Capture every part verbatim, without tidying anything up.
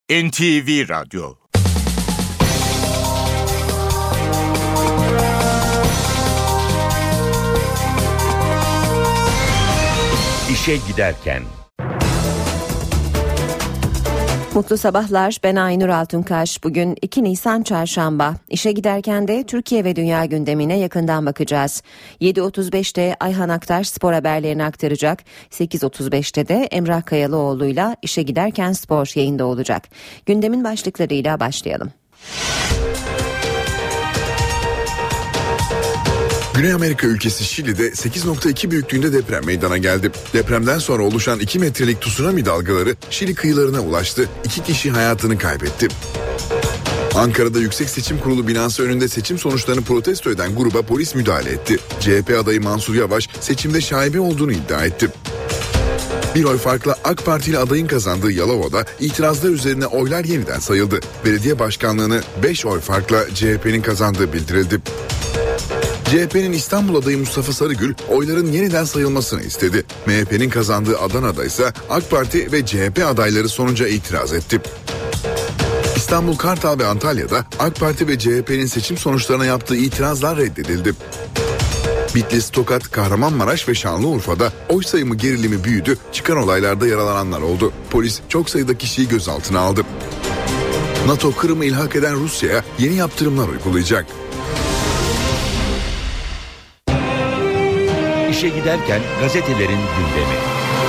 N T V Radyo. İşe giderken. Mutlu sabahlar, ben Aynur Altunkaş. Bugün iki Nisan Çarşamba. İşe giderken de Türkiye ve dünya gündemine yakından bakacağız. yedi otuz beşte Ayhan Aktaş spor haberlerini aktaracak. sekiz otuz beşte de Emrah Kayalıoğlu'yla İşe Giderken Spor yayında olacak. Gündemin başlıklarıyla başlayalım. Güney Amerika ülkesi Şili'de sekiz nokta iki büyüklüğünde deprem meydana geldi. Depremden sonra oluşan iki metrelik tsunami dalgaları Şili kıyılarına ulaştı. İki kişi hayatını kaybetti. Ankara'da Yüksek Seçim Kurulu binası önünde seçim sonuçlarını protesto eden gruba polis müdahale etti. C H P adayı Mansur Yavaş seçimde şaibe olduğunu iddia etti. Bir oy farkla AK Partili adayın kazandığı Yalova'da itirazlar üzerine oylar yeniden sayıldı. Belediye başkanlığını beş oy farkla C H P'nin kazandığı bildirildi. C H P'nin İstanbul adayı Mustafa Sarıgül oyların yeniden sayılmasını istedi. M H P'nin kazandığı Adana'da ise AK Parti ve C H P adayları sonuca itiraz etti. İstanbul, Kartal ve Antalya'da AK Parti ve C H P'nin seçim sonuçlarına yaptığı itirazlar reddedildi. Bitlis, Tokat, Kahramanmaraş ve Şanlıurfa'da oy sayımı gerilimi büyüdü, çıkan olaylarda yaralananlar oldu. Polis çok sayıda kişiyi gözaltına aldı. NATO, Kırım'ı ilhak eden Rusya'ya yeni yaptırımlar uygulayacak. İşe giderken gazetelerin gündemi.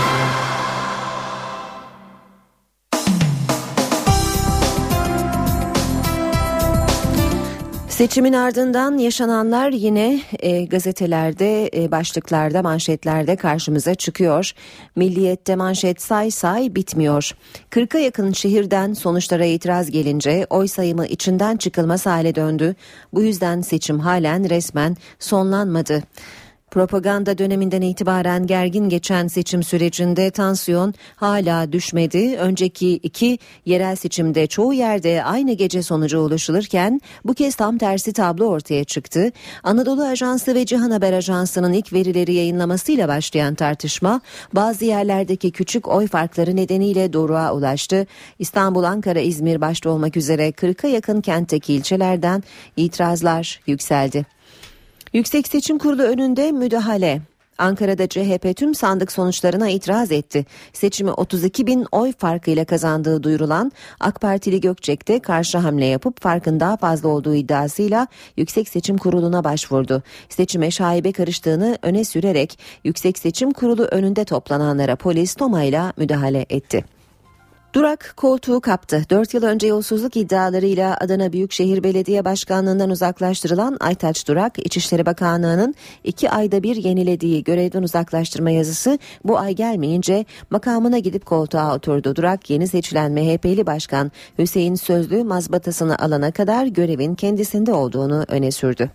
Seçimin ardından yaşananlar yine e, gazetelerde, e, başlıklarda, manşetlerde karşımıza çıkıyor. Milliyet'te manşet say say bitmiyor. kırka yakın şehirden sonuçlara itiraz gelince oy sayımı içinden çıkılmaz hale döndü. Bu yüzden seçim halen resmen sonlanmadı. Propaganda döneminden itibaren gergin geçen seçim sürecinde tansiyon hala düşmedi. Önceki iki yerel seçimde çoğu yerde aynı gece sonuca ulaşılırken bu kez tam tersi tablo ortaya çıktı. Anadolu Ajansı ve Cihan Haber Ajansı'nın ilk verileri yayınlamasıyla başlayan tartışma bazı yerlerdeki küçük oy farkları nedeniyle doruğa ulaştı. İstanbul, Ankara, İzmir başta olmak üzere kırka yakın kentteki ilçelerden itirazlar yükseldi. Yüksek Seçim Kurulu önünde müdahale. Ankara'da C H P tüm sandık sonuçlarına itiraz etti. Seçimi otuz iki bin oy farkıyla kazandığı duyurulan AK Partili Gökçek de karşı hamle yapıp farkın daha fazla olduğu iddiasıyla Yüksek Seçim Kurulu'na başvurdu. Seçime şaibe karıştığını öne sürerek Yüksek Seçim Kurulu önünde toplananlara polis tomayla müdahale etti. Durak koltuğu kaptı. dört yıl önce yolsuzluk iddialarıyla Adana Büyükşehir Belediye Başkanlığı'ndan uzaklaştırılan Aytaç Durak, İçişleri Bakanlığı'nın iki ayda bir yenilediği görevden uzaklaştırma yazısı bu ay gelmeyince makamına gidip koltuğa oturdu. Durak, yeni seçilen M H P'li Başkan Hüseyin Sözlü mazbatasını alana kadar görevin kendisinde olduğunu öne sürdü.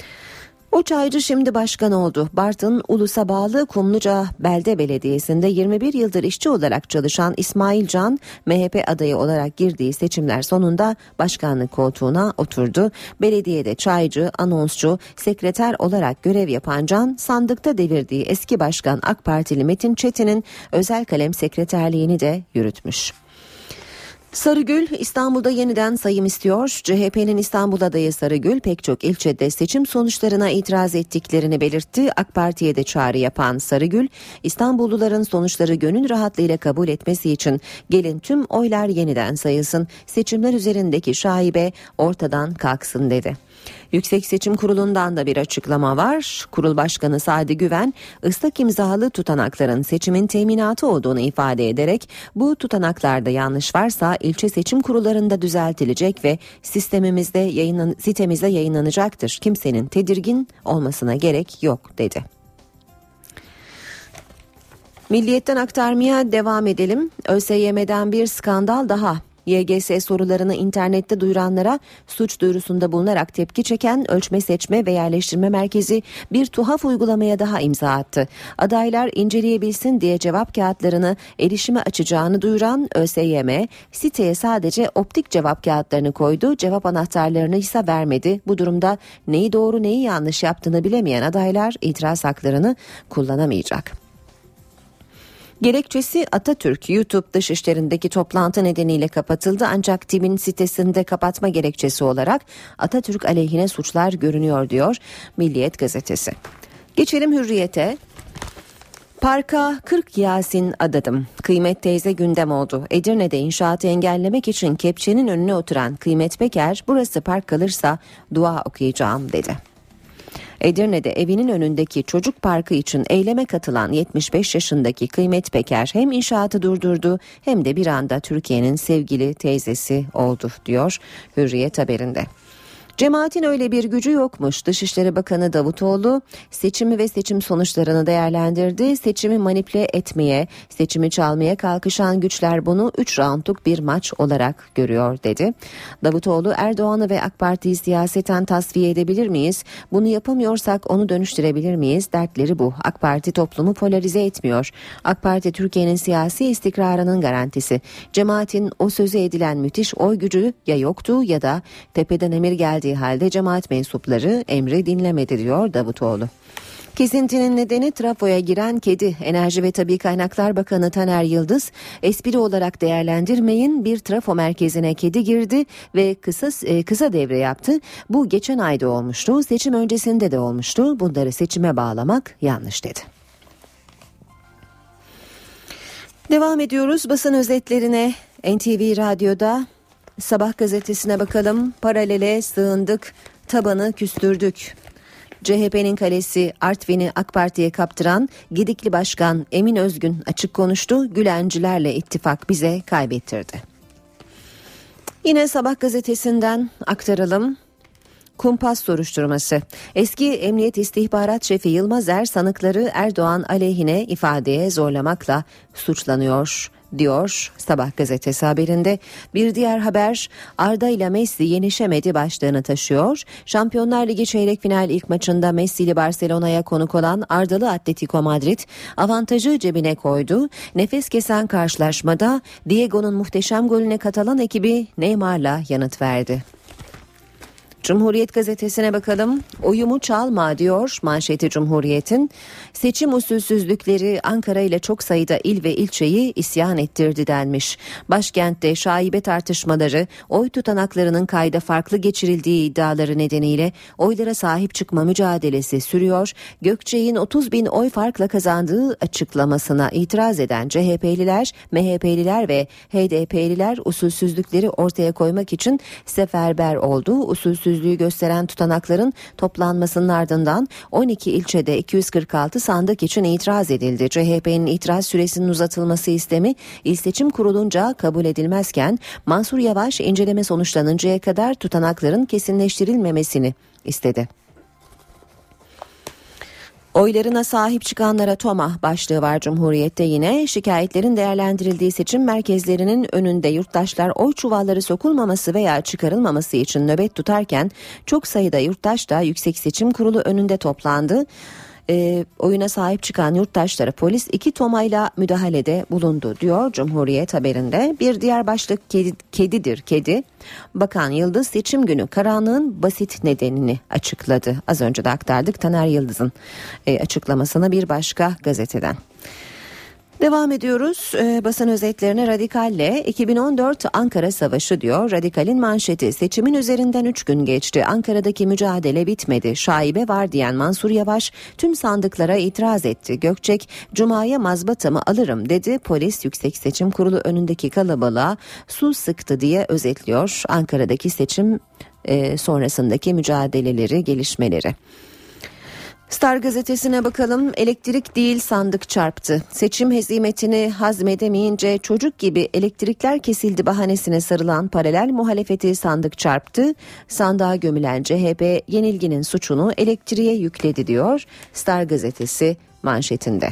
O çaycı şimdi başkan oldu. Bartın Ulus'a bağlı Kumluca Belde Belediyesi'nde yirmi bir yıldır işçi olarak çalışan İsmail Can, M H P adayı olarak girdiği seçimler sonunda başkanlık koltuğuna oturdu. Belediyede çaycı, anonsçu, sekreter olarak görev yapan Can, sandıkta devirdiği eski başkan AK Partili Metin Çetin'in özel kalem sekreterliğini de yürütmüş. Sarıgül İstanbul'da yeniden sayım istiyor. C H P'nin İstanbul adayı Sarıgül pek çok ilçede seçim sonuçlarına itiraz ettiklerini belirtti. AK Parti'ye de çağrı yapan Sarıgül, İstanbulluların sonuçları gönül rahatlığıyla kabul etmesi için gelin tüm oylar yeniden sayılsın, seçimler üzerindeki şaibe ortadan kalksın dedi. Yüksek Seçim Kurulu'ndan da bir açıklama var. Kurul Başkanı Sadi Güven, ıslak imzalı tutanakların seçimin teminatı olduğunu ifade ederek bu tutanaklarda yanlış varsa ilçe seçim kurullarında düzeltilecek ve sistemimizde yayınlan- sitemizde yayınlanacaktır. Kimsenin tedirgin olmasına gerek yok dedi. Milliyet'ten aktarmaya devam edelim. ÖSYM'den bir skandal daha. Y G S sorularını internette duyuranlara suç duyurusunda bulunarak tepki çeken Ölçme Seçme ve Yerleştirme Merkezi bir tuhaf uygulamaya daha imza attı. Adaylar inceleyebilsin diye cevap kağıtlarını erişime açacağını duyuran ÖSYM, siteye sadece optik cevap kağıtlarını koydu, cevap anahtarlarını ise vermedi. Bu durumda neyi doğru neyi yanlış yaptığını bilemeyen adaylar itiraz haklarını kullanamayacak. Gerekçesi Atatürk YouTube dışişlerindeki toplantı nedeniyle kapatıldı ancak TİB'in sitesinde kapatma gerekçesi olarak Atatürk aleyhine suçlar görünüyor diyor Milliyet gazetesi. Geçelim Hürriyet'e. Parka kırk Yasin adadım. Kıymet teyze gündem oldu. Edirne'de inşaatı engellemek için kepçenin önüne oturan Kıymet Peker, burası park kalırsa dua okuyacağım dedi. Edirne'de evinin önündeki çocuk parkı için eyleme katılan yetmiş beş yaşındaki Kıymet Peker hem inşaatı durdurdu hem de bir anda Türkiye'nin sevgili teyzesi oldu diyor Hürriyet haberinde. Cemaatin öyle bir gücü yokmuş. Dışişleri Bakanı Davutoğlu seçimi ve seçim sonuçlarını değerlendirdi. Seçimi manipüle etmeye, seçimi çalmaya kalkışan güçler bunu üç roundluk bir maç olarak görüyor dedi. Davutoğlu Erdoğan'ı ve AK Parti'yi siyaseten tasfiye edebilir miyiz? Bunu yapamıyorsak onu dönüştürebilir miyiz? Dertleri bu. AK Parti toplumu polarize etmiyor. AK Parti Türkiye'nin siyasi istikrarının garantisi. Cemaatin o sözü edilen müthiş oy gücü ya yoktu ya da tepeden emir geldi halde cemaat mensupları emri dinlemedi diyor Davutoğlu. Kesintinin nedeni trafoya giren kedi. Enerji ve Tabii Kaynaklar Bakanı Taner Yıldız, espri olarak değerlendirmeyin, bir trafo merkezine kedi girdi ve kısa kısa devre yaptı. Bu geçen ayda olmuştu, seçim öncesinde de olmuştu. Bunları seçime bağlamak yanlış dedi. Devam ediyoruz basın özetlerine. N T V Radyo'da Sabah gazetesine bakalım. Paralele sığındık, tabanı küstürdük. C H P'nin kalesi Artvin'i AK Parti'ye kaptıran Gedikli Başkan Emin Özgün açık konuştu. Gülencilerle ittifak bize kaybettirdi. Yine Sabah gazetesinden aktaralım. Kumpas soruşturması. Eski Emniyet İstihbarat Şefi Yılmaz Er sanıkları Erdoğan aleyhine ifadeye zorlamakla suçlanıyor diyor Sabah gazetesi haberinde. Bir diğer haber Arda ile Messi yenişemedi başlığını taşıyor. Şampiyonlar Ligi çeyrek final ilk maçında Messi ile Barcelona'ya konuk olan Ardalı Atletico Madrid avantajı cebine koydu. Nefes kesen karşılaşmada Diego'nun muhteşem golüne Katalan ekibi Neymar'la yanıt verdi. Cumhuriyet gazetesine bakalım. Oyumu çalma diyor manşeti Cumhuriyet'in. Seçim usulsüzlükleri Ankara ile çok sayıda il ve ilçeyi isyan ettirdi denmiş. Başkentte şaibe tartışmaları, oy tutanaklarının kayda farklı geçirildiği iddiaları nedeniyle oylara sahip çıkma mücadelesi sürüyor. Gökçek'in otuz bin oy farkla kazandığı açıklamasına itiraz eden C H P'liler, M H P'liler ve H D P'liler usulsüzlükleri ortaya koymak için seferber oldu. Usulsüzlüğü gösteren tutanakların toplanmasının ardından on iki ilçede iki yüz kırk altı sandık için itiraz edildi. C H P'nin itiraz süresinin uzatılması istemi İl Seçim Kurulu'nca kabul edilmezken Mansur Yavaş inceleme sonuçlanıncaya kadar tutanakların kesinleştirilmemesini istedi. Oylarına sahip çıkanlara TOMA başlığı var Cumhuriyet'te yine. Şikayetlerin değerlendirildiği seçim merkezlerinin önünde yurttaşlar oy çuvalları sokulmaması veya çıkarılmaması için nöbet tutarken çok sayıda yurttaş da Yüksek Seçim Kurulu önünde toplandı. E, oyuna sahip çıkan yurttaşlara polis iki tomayla müdahalede bulundu diyor Cumhuriyet haberinde. Bir diğer başlık kedi, kedidir kedi. Bakan Yıldız seçim günü karanlığın basit nedenini açıkladı. Az önce de aktardık Taner Yıldız'ın e, açıklamasına bir başka gazeteden. Devam ediyoruz ee, basın özetlerine. Radikal'le iki bin on dört Ankara Savaşı diyor. Radikal'in manşeti seçimin üzerinden üç gün geçti. Ankara'daki mücadele bitmedi. Şaibe var diyen Mansur Yavaş tüm sandıklara itiraz etti. Gökçek Cuma'ya mazbatamı alırım dedi. Polis Yüksek Seçim Kurulu önündeki kalabalığa su sıktı diye özetliyor Ankara'daki seçim e, sonrasındaki mücadeleleri, gelişmeleri. Star gazetesine bakalım. Elektrik değil sandık çarptı. Seçim hezimetini hazmedemeyince çocuk gibi elektrikler kesildi bahanesine sarılan paralel muhalefeti sandık çarptı. Sandığa gömülen C H P yenilginin suçunu elektriğe yükledi diyor Star gazetesi manşetinde.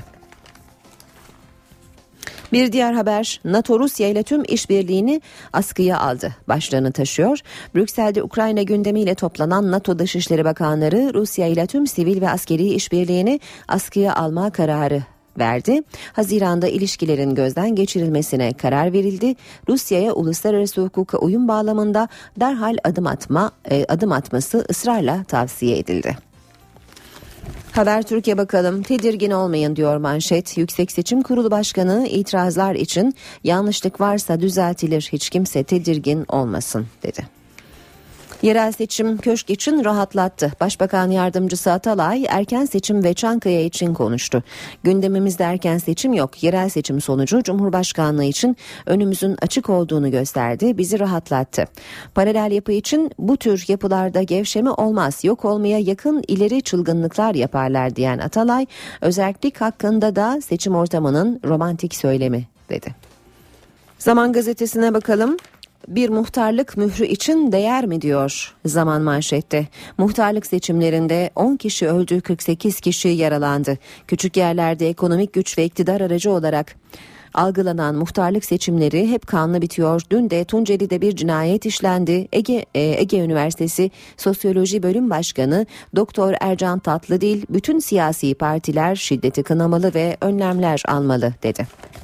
Bir diğer haber NATO Rusya ile tüm işbirliğini askıya aldı başlığını taşıyor. Brüksel'de Ukrayna gündemiyle toplanan NATO Dışişleri Bakanları Rusya ile tüm sivil ve askeri işbirliğini askıya alma kararı verdi. Haziran'da ilişkilerin gözden geçirilmesine karar verildi. Rusya'ya uluslararası hukuka uyum bağlamında derhal adım atma adım atması ısrarla tavsiye edildi. Haber Türkiye bakalım. Tedirgin olmayın diyor manşet. Yüksek Seçim Kurulu Başkanı itirazlar için yanlışlık varsa düzeltilir, hiç kimse tedirgin olmasın dedi. Yerel seçim köşk için rahatlattı. Başbakan Yardımcısı Atalay erken seçim ve Çankaya için konuştu. Gündemimizde erken seçim yok. Yerel seçim sonucu Cumhurbaşkanlığı için önümüzün açık olduğunu gösterdi. Bizi rahatlattı. Paralel yapı için bu tür yapılarda gevşeme olmaz. Yok olmaya yakın ileri çılgınlıklar yaparlar diyen Atalay, özellik hakkında da seçim ortamının romantik söylemi dedi. Zaman Gazetesi'ne bakalım. Bir muhtarlık mührü için değer mi diyor Zaman manşette. Muhtarlık seçimlerinde on kişi öldü, kırk sekiz kişi yaralandı. Küçük yerlerde ekonomik güç ve iktidar aracı olarak algılanan muhtarlık seçimleri hep kanlı bitiyor. Dün de Tunceli'de bir cinayet işlendi. Ege, Ege Üniversitesi Sosyoloji Bölüm Başkanı Doktor Ercan Tatlıdil, bütün siyasi partiler şiddeti kınamalı ve önlemler almalı dedi.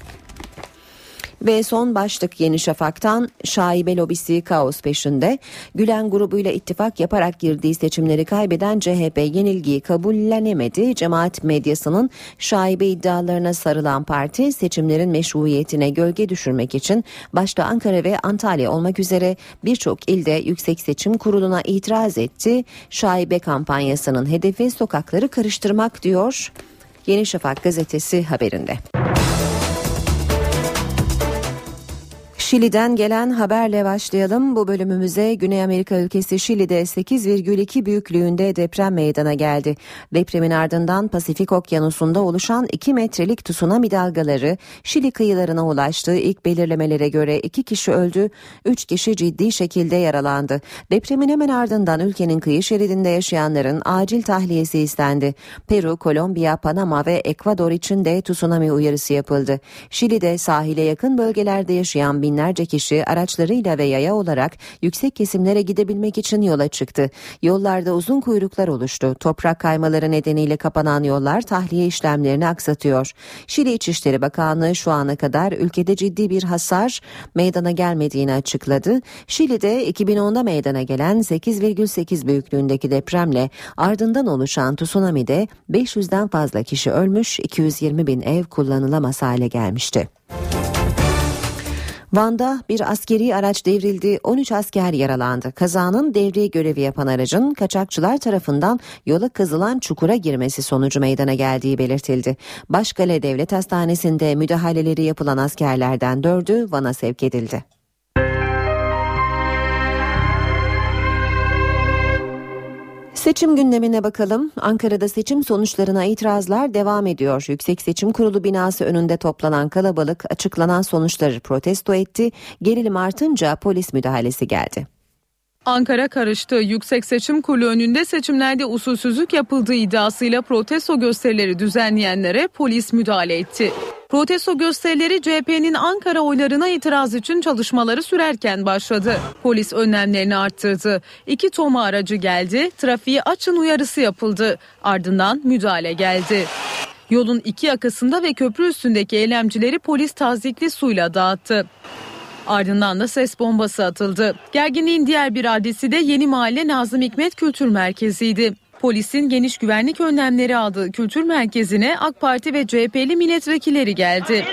Ve son başlık Yeni Şafak'tan, şaibe lobisi kaos peşinde. Gülen grubuyla ittifak yaparak girdiği seçimleri kaybeden C H P yenilgiyi kabullenemedi. Cemaat medyasının şaibe iddialarına sarılan parti seçimlerin meşruiyetine gölge düşürmek için başta Ankara ve Antalya olmak üzere birçok ilde Yüksek Seçim Kurulu'na itiraz etti. Şaibe kampanyasının hedefi sokakları karıştırmak diyor Yeni Şafak gazetesi haberinde. Şili'den gelen haberle başlayalım. Bu bölümümüze Güney Amerika ülkesi Şili'de sekiz virgül iki büyüklüğünde deprem meydana geldi. Depremin ardından Pasifik Okyanusu'nda oluşan iki metrelik tsunami dalgaları Şili kıyılarına ulaştı. İlk belirlemelere göre iki kişi öldü, üç kişi ciddi şekilde yaralandı. Depremin hemen ardından ülkenin kıyı şeridinde yaşayanların acil tahliyesi istendi. Peru, Kolombiya, Panama ve Ekvador için de tsunami uyarısı yapıldı. Şili'de sahile yakın bölgelerde yaşayan binlerce kişi araçlarıyla ve yaya olarak yüksek kesimlere gidebilmek için yola çıktı. Yollarda uzun kuyruklar oluştu. Toprak kaymaları nedeniyle kapanan yollar tahliye işlemlerini aksatıyor. Şili İçişleri Bakanlığı şu ana kadar ülkede ciddi bir hasar meydana gelmediğini açıkladı. Şili'de iki bin onda meydana gelen sekiz virgül sekiz büyüklüğündeki depremle ardından oluşan tsunami'de beş yüzden fazla kişi ölmüş, iki yüz yirmi bin ev kullanılamaz hale gelmişti. Van'da bir askeri araç devrildi, on üç asker yaralandı. Kazanın devriye görevi yapan aracın kaçakçılar tarafından yola kazılan çukura girmesi sonucu meydana geldiği belirtildi. Başkale Devlet Hastanesi'nde müdahaleleri yapılan askerlerden dördü Van'a sevk edildi. Seçim gündemine bakalım. Ankara'da seçim sonuçlarına itirazlar devam ediyor. Yüksek Seçim Kurulu binası önünde toplanan kalabalık açıklanan sonuçları protesto etti. Gerilim artınca polis müdahalesi geldi. Ankara karıştı. Yüksek Seçim Kurulu önünde seçimlerde usulsüzlük yapıldığı iddiasıyla protesto gösterileri düzenleyenlere polis müdahale etti. Protesto gösterileri C H P'nin Ankara oylarına itiraz için çalışmaları sürerken başladı. Polis önlemlerini arttırdı. İki TOMA aracı geldi, trafiği açın uyarısı yapıldı. Ardından müdahale geldi. Yolun iki yakasında ve köprü üstündeki eylemcileri polis tazyikli suyla dağıttı. Ardından da ses bombası atıldı. Gerginliğin diğer bir adresi de Yeni Mahalle Nazım Hikmet Kültür Merkezi'ydi. Polisin geniş güvenlik önlemleri aldığı kültür merkezine AK Parti ve C H P'li milletvekilleri geldi.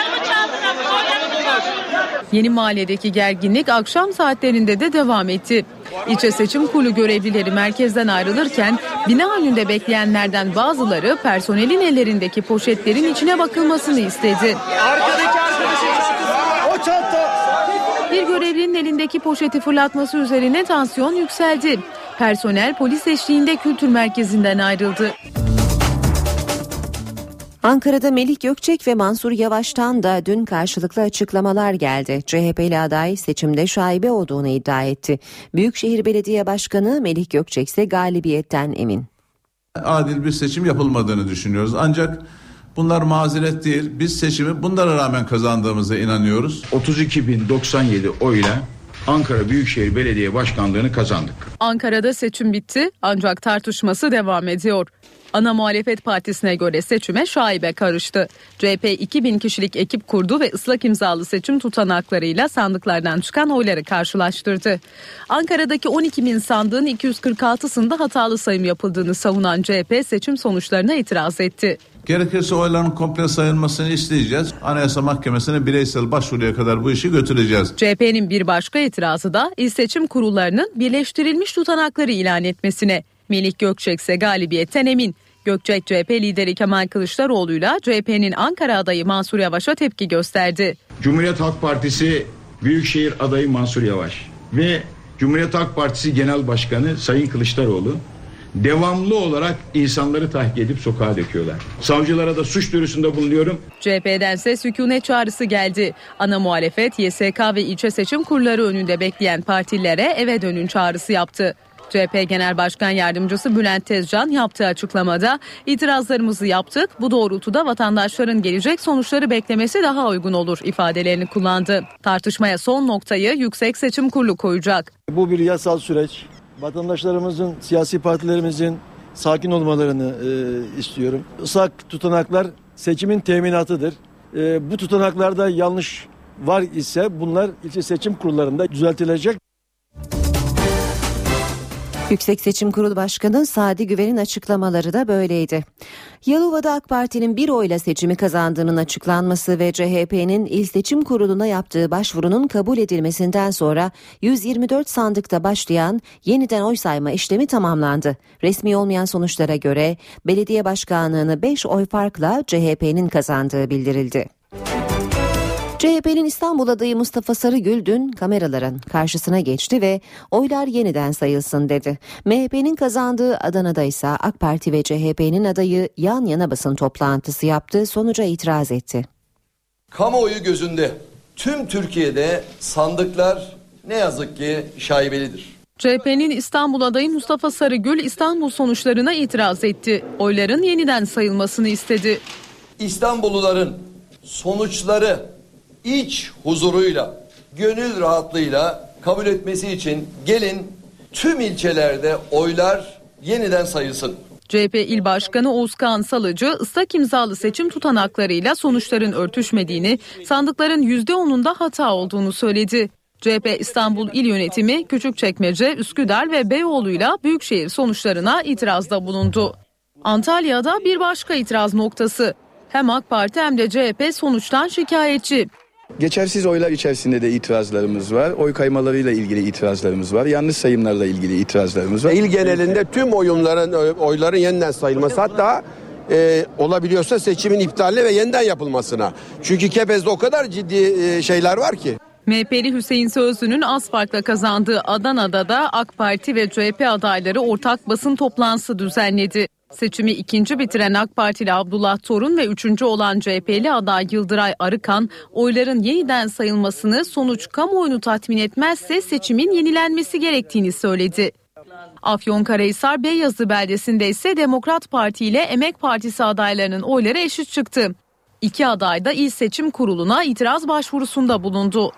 Yeni Mahalle'deki gerginlik akşam saatlerinde de devam etti. İlçe Seçim Kurulu görevlileri merkezden ayrılırken bina önünde bekleyenlerden bazıları personelin ellerindeki poşetlerin içine bakılmasını istedi. Arkadaki arkadaşın o çanta. Bir görevlinin elindeki poşeti fırlatması üzerine tansiyon yükseldi. Personel polis eşliğinde kültür merkezinden ayrıldı. Ankara'da Melih Gökçek ve Mansur Yavaş'tan da dün karşılıklı açıklamalar geldi. C H P'li aday seçimde şaibe olduğunu iddia etti. Büyükşehir Belediye Başkanı Melih Gökçek ise galibiyetten emin. Adil bir seçim yapılmadığını düşünüyoruz. Ancak bunlar mazeret değil. Biz seçimi bunlara rağmen kazandığımıza inanıyoruz. otuz iki bin doksan yedi oyla Ankara Büyükşehir Belediye Başkanlığı'nı kazandık. Ankara'da seçim bitti ancak tartışması devam ediyor. Ana Muhalefet Partisi'ne göre seçime şaibe karıştı. C H P iki bin kişilik ekip kurdu ve ıslak imzalı seçim tutanaklarıyla sandıklardan çıkan oyları karşılaştırdı. Ankara'daki on iki bin sandığın iki yüz kırk altısında hatalı sayım yapıldığını savunan C H P seçim sonuçlarına itiraz etti. Gerekirse oyların komple sayılmasını isteyeceğiz. Anayasa Mahkemesi'ne bireysel başvuruya kadar bu işi götüreceğiz. C H P'nin bir başka itirazı da il seçim kurullarının birleştirilmiş tutanakları ilan etmesine. Melih Gökçek ise galibiyetten emin. Gökçek C H P lideri Kemal Kılıçdaroğlu'yla C H P'nin Ankara adayı Mansur Yavaş'a tepki gösterdi. Cumhuriyet Halk Partisi Büyükşehir adayı Mansur Yavaş ve Cumhuriyet Halk Partisi Genel Başkanı Sayın Kılıçdaroğlu devamlı olarak insanları tahrik edip sokağa döküyorlar. Savcılara da suç duyurusunda bulunuyorum. C H P'dense sükunet çağrısı geldi. Ana muhalefet Y S K ve ilçe seçim kurulları önünde bekleyen partilere eve dönün çağrısı yaptı. C H P Genel Başkan Yardımcısı Bülent Tezcan yaptığı açıklamada itirazlarımızı yaptık, bu doğrultuda vatandaşların gelecek sonuçları beklemesi daha uygun olur ifadelerini kullandı. Tartışmaya son noktayı Yüksek Seçim Kurulu koyacak. Bu bir yasal süreç. Vatandaşlarımızın, siyasi partilerimizin sakin olmalarını e, istiyorum. Islak tutanaklar seçimin teminatıdır. E, bu tutanaklarda yanlış var ise bunlar ilçe seçim kurullarında düzeltilecek. Yüksek Seçim Kurulu Başkanı Sadi Güven'in açıklamaları da böyleydi. Yalova'da AK Parti'nin bir oyla seçimi kazandığının açıklanması ve C H P'nin İl Seçim Kurulu'na yaptığı başvurunun kabul edilmesinden sonra yüz yirmi dört sandıkta başlayan yeniden oy sayma işlemi tamamlandı. Resmi olmayan sonuçlara göre belediye başkanlığını beş oy farkla C H P'nin kazandığı bildirildi. C H P'nin İstanbul adayı Mustafa Sarıgül dün kameraların karşısına geçti ve oylar yeniden sayılsın dedi. M H P'nin kazandığı Adana'da ise AK Parti ve C H P'nin adayı yan yana basın toplantısı yaptı, sonuca itiraz etti. Kamuoyu gözünde tüm Türkiye'de sandıklar ne yazık ki şaibelidir. C H P'nin İstanbul adayı Mustafa Sarıgül İstanbul sonuçlarına itiraz etti. Oyların yeniden sayılmasını istedi. İstanbulluların sonuçları iç huzuruyla, gönül rahatlığıyla kabul etmesi için gelin tüm ilçelerde oylar yeniden sayılsın. C H P İl Başkanı Oğuzkan Salıcı ıslak imzalı seçim tutanaklarıyla sonuçların örtüşmediğini, sandıkların yüzde onunda hata olduğunu söyledi. C H P İstanbul İl Yönetimi Küçükçekmece, Üsküdar ve Beyoğlu'yla Büyükşehir sonuçlarına itirazda bulundu. Antalya'da bir başka itiraz noktası. Hem AK Parti hem de C H P sonuçtan şikayetçi. Geçersiz oylar içerisinde de itirazlarımız var. Oy kaymalarıyla ilgili itirazlarımız var. Yanlış sayımlarla ilgili itirazlarımız var. İl genelinde tüm oyunların, oyların yeniden sayılması, hatta e, olabiliyorsa seçimin iptaline ve yeniden yapılmasına. Çünkü Kepez'de o kadar ciddi e, şeyler var ki. M H P'li Hüseyin Sözlü'nün az farkla kazandığı Adana'da da AK Parti ve C H P adayları ortak basın toplantısı düzenledi. Seçimi ikinci bitiren AK Partili Abdullah Torun ve üçüncü olan C H P'li aday Yıldıray Arıkan, oyların yeniden sayılmasını, sonuç kamuoyunu tatmin etmezse seçimin yenilenmesi gerektiğini söyledi. Afyonkarahisar Beyazı beldesinde ise Demokrat Parti ile Emek Partisi adaylarının oyları eşit çıktı. İki aday da İl Seçim Kurulu'na itiraz başvurusunda bulundu.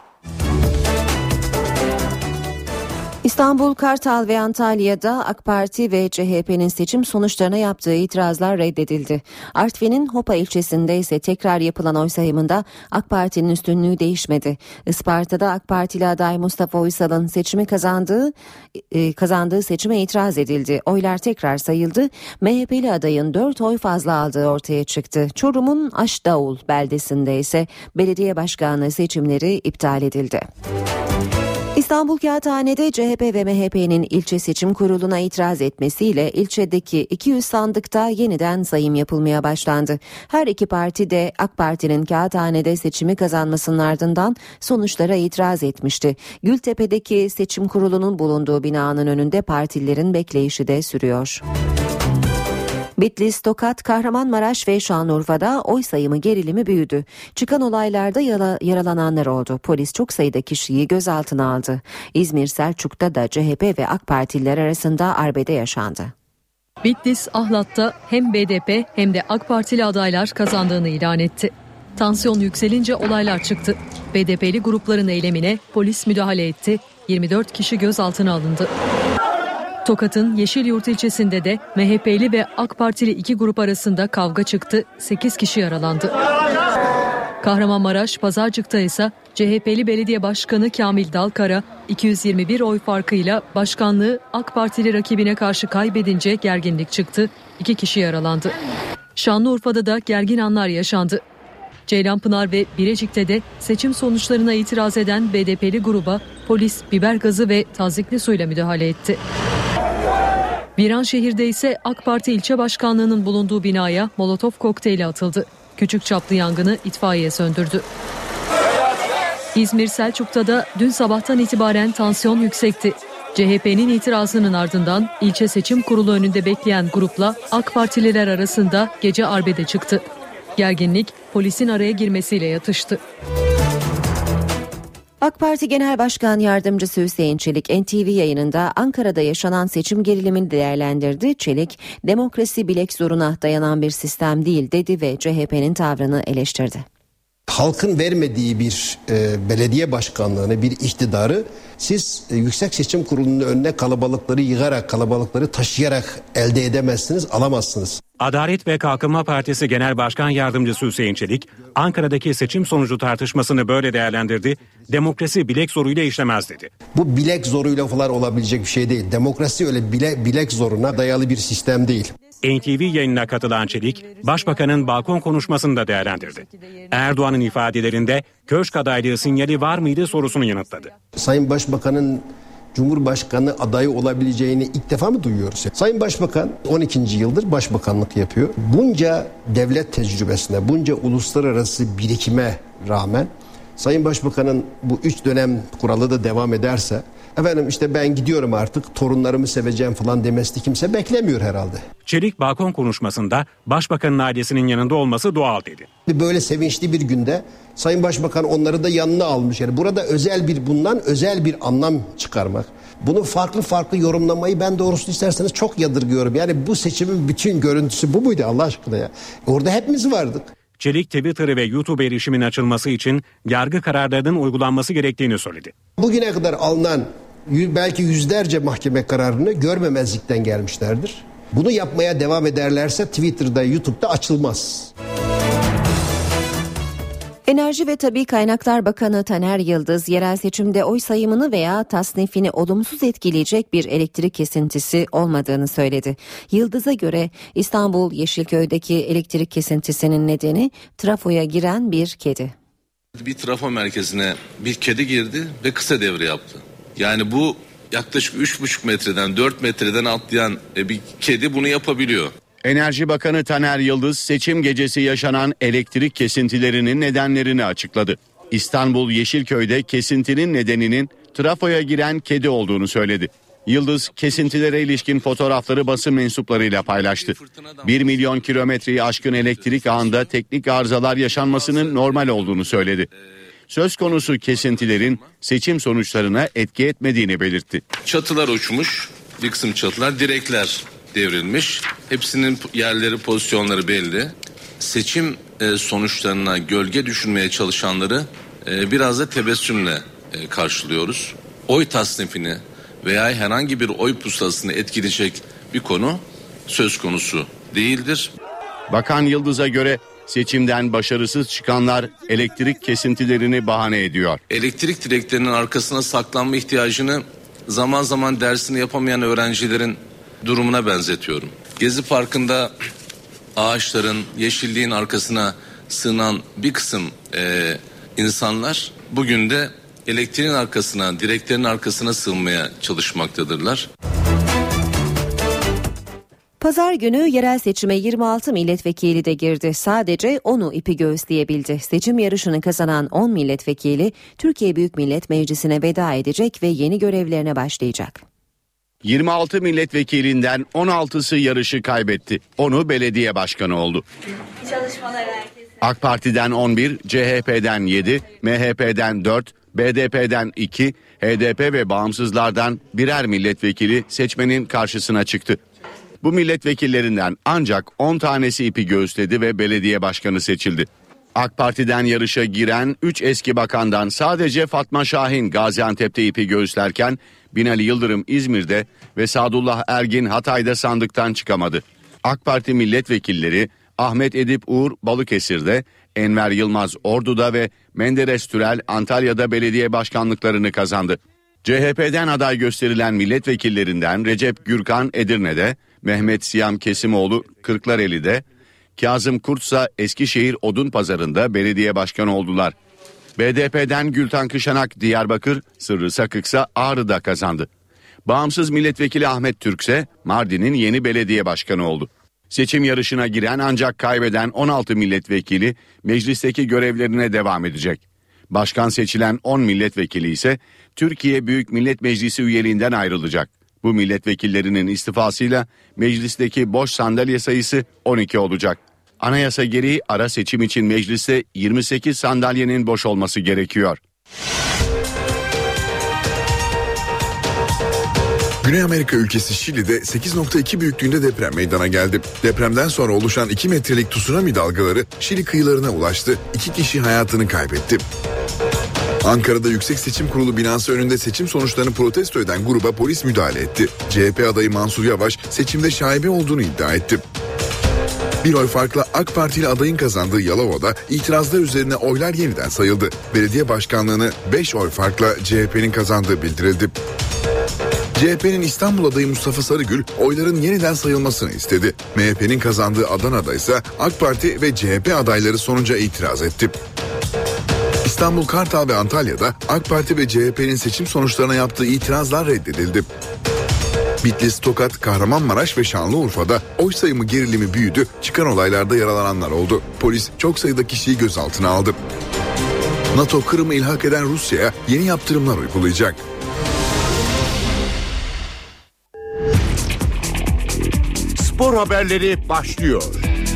İstanbul, Kartal ve Antalya'da AK Parti ve C H P'nin seçim sonuçlarına yaptığı itirazlar reddedildi. Artvin'in Hopa ilçesinde ise tekrar yapılan oy sayımında AK Parti'nin üstünlüğü değişmedi. Isparta'da AK Partili aday Mustafa Uysal'ın seçimi kazandığı e, kazandığı seçime itiraz edildi. Oylar tekrar sayıldı. M H P'li adayın dört oy fazla aldığı ortaya çıktı. Çorum'un Aşdaul beldesinde ise belediye başkanlığı seçimleri iptal edildi. İstanbul Kağıthane'de C H P ve M H P'nin ilçe seçim kuruluna itiraz etmesiyle ilçedeki iki yüz sandıkta yeniden sayım yapılmaya başlandı. Her iki parti de AK Parti'nin Kağıthane'de seçimi kazanmasının ardından sonuçlara itiraz etmişti. Gültepe'deki seçim kurulunun bulunduğu binanın önünde partililerin bekleyişi de sürüyor. Bitlis, Tokat, Kahramanmaraş ve Şanlıurfa'da oy sayımı gerilimi büyüdü. Çıkan olaylarda yara- yaralananlar oldu. Polis çok sayıda kişiyi gözaltına aldı. İzmir, Selçuk'ta da C H P ve AK Partililer arasında arbede yaşandı. Bitlis, Ahlat'ta hem B D P hem de AK Partili adaylar kazandığını ilan etti. Tansiyon yükselince olaylar çıktı. B D P'li grupların eylemine polis müdahale etti. yirmi dört kişi gözaltına alındı. Tokat'ın Yeşilyurt ilçesinde de M H P'li ve AK Partili iki grup arasında kavga çıktı. sekiz kişi yaralandı. Kahramanmaraş, Pazarcık'ta ise C H P'li belediye başkanı Kamil Dalkara iki yüz yirmi bir oy farkıyla başkanlığı AK Partili rakibine karşı kaybedince gerginlik çıktı. İki kişi yaralandı. Şanlıurfa'da da gergin anlar yaşandı. Ceylanpınar ve Birecik'te de seçim sonuçlarına itiraz eden B D P'li gruba polis biber gazı ve tazyikli suyla müdahale etti. Viranşehir'de ise AK Parti ilçe başkanlığının bulunduğu binaya molotof kokteyli atıldı. Küçük çaplı yangını itfaiye söndürdü. İzmir Selçuk'ta da dün sabahtan itibaren tansiyon yüksekti. C H P'nin itirazının ardından ilçe seçim kurulu önünde bekleyen grupla AK Partililer arasında gece arbede çıktı. Gerginlik polisin araya girmesiyle yatıştı. AK Parti Genel Başkan Yardımcısı Hüseyin Çelik N T V yayınında Ankara'da yaşanan seçim gerilimini değerlendirdi. Çelik, demokrasi bilek zoruna dayanan bir sistem değil dedi ve C H P'nin tavrını eleştirdi. Halkın vermediği bir e, belediye başkanlığını, bir iktidarı siz e, Yüksek Seçim Kurulu'nun önüne kalabalıkları yığarak, kalabalıkları taşıyarak elde edemezsiniz, alamazsınız. Adalet ve Kalkınma Partisi Genel Başkan Yardımcısı Hüseyin Çelik, Ankara'daki seçim sonucu tartışmasını böyle değerlendirdi. Demokrasi bilek zoruyla işlemez dedi. Bu bilek zoruyla falan olabilecek bir şey değil. Demokrasi öyle bile, bilek zoruna dayalı bir sistem değil. N T V yayınına katılan Çelik, Başbakan'ın balkon konuşmasını da değerlendirdi. Erdoğan'ın ifadelerinde köşk adaylığı sinyali var mıydı sorusunu yanıtladı. Sayın Başbakan'ın Cumhurbaşkanı adayı olabileceğini ilk defa mı duyuyoruz? Sayın Başbakan on ikinci yıldır başbakanlık yapıyor. Bunca devlet tecrübesine, bunca uluslararası birikime rağmen Sayın Başbakan'ın bu üç dönem kuralı da devam ederse, efendim işte ben gidiyorum artık torunlarımı seveceğim falan demesini kimse beklemiyor herhalde. Çelik balkon konuşmasında Başbakan'ın ailesinin yanında olması doğal dedi. Böyle sevinçli bir günde Sayın Başbakan onları da yanına almış. Yani burada özel bir bundan özel bir anlam çıkarmak. Bunu farklı farklı yorumlamayı ben doğrusunu isterseniz çok yadırgıyorum. Yani bu seçimin bütün görüntüsü bu muydu Allah aşkına ya? Orada hepimiz vardık. Çelik Twitter ve YouTube erişimin açılması için yargı kararlarının uygulanması gerektiğini söyledi. Bugüne kadar alınan belki yüzlerce mahkeme kararını görmemezlikten gelmişlerdir. Bunu yapmaya devam ederlerse Twitter'da, YouTube'da açılmaz. Enerji ve Tabii Kaynaklar Bakanı Taner Yıldız, yerel seçimde oy sayımını veya tasnifini olumsuz etkileyecek bir elektrik kesintisi olmadığını söyledi. Yıldız'a göre İstanbul Yeşilköy'deki elektrik kesintisinin nedeni trafoya giren bir kedi. Bir trafo merkezine bir kedi girdi ve kısa devre yaptı. Yani bu yaklaşık üç buçuk metreden dört metreden atlayan bir kedi bunu yapabiliyor. Enerji Bakanı Taner Yıldız seçim gecesi yaşanan elektrik kesintilerinin nedenlerini açıkladı. İstanbul Yeşilköy'de kesintinin nedeninin trafoya giren kedi olduğunu söyledi. Yıldız kesintilere ilişkin fotoğrafları basın mensuplarıyla paylaştı. bir milyon kilometreyi aşkın elektrik ağında teknik arızalar yaşanmasının normal olduğunu söyledi. Söz konusu kesintilerin seçim sonuçlarına etki etmediğini belirtti. Çatılar uçmuş, bir kısım çatılar, direkler devrilmiş. Hepsinin yerleri, pozisyonları belli. Seçim e, sonuçlarına gölge düşürmeye çalışanları e, biraz da tebessümle e, karşılıyoruz. Oy tasnifini veya herhangi bir oy pusulasını etkileyecek bir konu söz konusu değildir. Bakan Yıldız'a göre seçimden başarısız çıkanlar elektrik kesintilerini bahane ediyor. Elektrik direklerinin arkasına saklanma ihtiyacını zaman zaman dersini yapamayan öğrencilerin durumuna benzetiyorum. Gezi Parkı'nda ağaçların, yeşilliğin arkasına sığınan bir kısım e, insanlar bugün de elektriğin arkasına, direklerin arkasına sığınmaya çalışmaktadırlar. Pazar günü yerel seçime yirmi altı milletvekili de girdi. Sadece onu ipi göğüsleyebildi. Seçim yarışını kazanan on milletvekili Türkiye Büyük Millet Meclisi'ne veda edecek ve yeni görevlerine başlayacak. yirmi altı milletvekilinden on altısı yarışı kaybetti. Onu belediye başkanı oldu. AK Parti'den on bir, C H P'den yedi, M H P'den dört, B D P'den iki, H D P ve bağımsızlardan birer milletvekili seçmenin karşısına çıktı. Bu milletvekillerinden ancak on tanesi ipi göğüsledi ve belediye başkanı seçildi. AK Parti'den yarışa giren üç eski bakandan sadece Fatma Şahin Gaziantep'te ipi göğüslerken Binali Yıldırım İzmir'de ve Sadullah Ergin Hatay'da sandıktan çıkamadı. AK Parti milletvekilleri Ahmet Edip Uğur Balıkesir'de, Enver Yılmaz Ordu'da ve Menderes Türel Antalya'da belediye başkanlıklarını kazandı. C H P'den aday gösterilen milletvekillerinden Recep Gürkan Edirne'de, Mehmet Siyam Kesimoğlu Kırklareli'de, Kazım Kurtsa Eskişehir Odunpazarı'nda belediye başkanı oldular. B D P'den Gültan Kışanak Diyarbakır, Sırrı Sakıksa Ağrı'da kazandı. Bağımsız milletvekili Ahmet Türkse Mardin'in yeni belediye başkanı oldu. Seçim yarışına giren ancak kaybeden on altı milletvekili meclisteki görevlerine devam edecek. Başkan seçilen on milletvekili ise Türkiye Büyük Millet Meclisi üyeliğinden ayrılacak. Bu milletvekillerinin istifasıyla meclisteki boş sandalye sayısı on iki olacak. Anayasa gereği ara seçim için mecliste yirmi sekiz sandalyenin boş olması gerekiyor. Güney Amerika ülkesi Şili'de sekiz nokta iki büyüklüğünde deprem meydana geldi. Depremden sonra oluşan iki metrelik tsunami dalgaları Şili kıyılarına ulaştı. İki kişi hayatını kaybetti. Ankara'da Yüksek Seçim Kurulu binası önünde seçim sonuçlarını protesto eden gruba polis müdahale etti. C H P adayı Mansur Yavaş seçimde şaibe olduğunu iddia etti. Bir oy farkla AK Partili adayın kazandığı Yalova'da itirazlar üzerine oylar yeniden sayıldı. Belediye başkanlığını beş oy farkla C H P'nin kazandığı bildirildi. C H P'nin İstanbul adayı Mustafa Sarıgül oyların yeniden sayılmasını istedi. M H P'nin kazandığı Adana'da ise AK Parti ve C H P adayları sonuca itiraz etti. İstanbul, Kartal ve Antalya'da AK Parti ve C H P'nin seçim sonuçlarına yaptığı itirazlar reddedildi. Bitlis, Tokat, Kahramanmaraş ve Şanlıurfa'da oy sayımı gerilimi büyüdü, çıkan olaylarda yaralananlar oldu. Polis çok sayıda kişiyi gözaltına aldı. NATO Kırım'ı ilhak eden Rusya'ya yeni yaptırımlar uygulayacak. Spor haberleri başlıyor.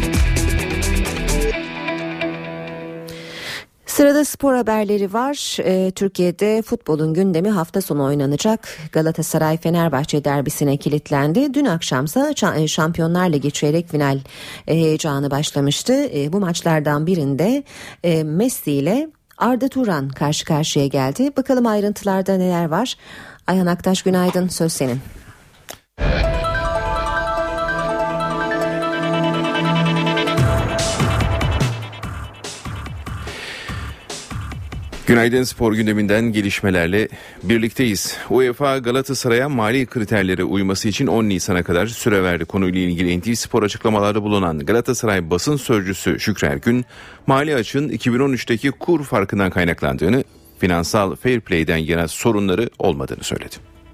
Sırada spor haberleri var. Ee, Türkiye'de futbolun gündemi hafta sonu oynanacak Galatasaray-Fenerbahçe derbisine kilitlendi. Dün akşamsa Şampiyonlar Ligi çeyrek final heyecanı başlamıştı. E, bu maçlardan birinde e, Messi ile Arda Turan karşı karşıya geldi. Bakalım ayrıntılarda neler var. Ayhan Aktaş, günaydın, söz senin. Günaydın, spor gündeminden gelişmelerle birlikteyiz. UEFA Galatasaray'a mali kriterlere uyması için on Nisan'a kadar süre verdi. Konuyla ilgili N T V Spor açıklamalarda bulunan Galatasaray basın sözcüsü Şükrü Ergün, mali açığın iki bin on üçteki kur farkından kaynaklandığını, finansal fair play'den yana sorunları olmadığını söyledi.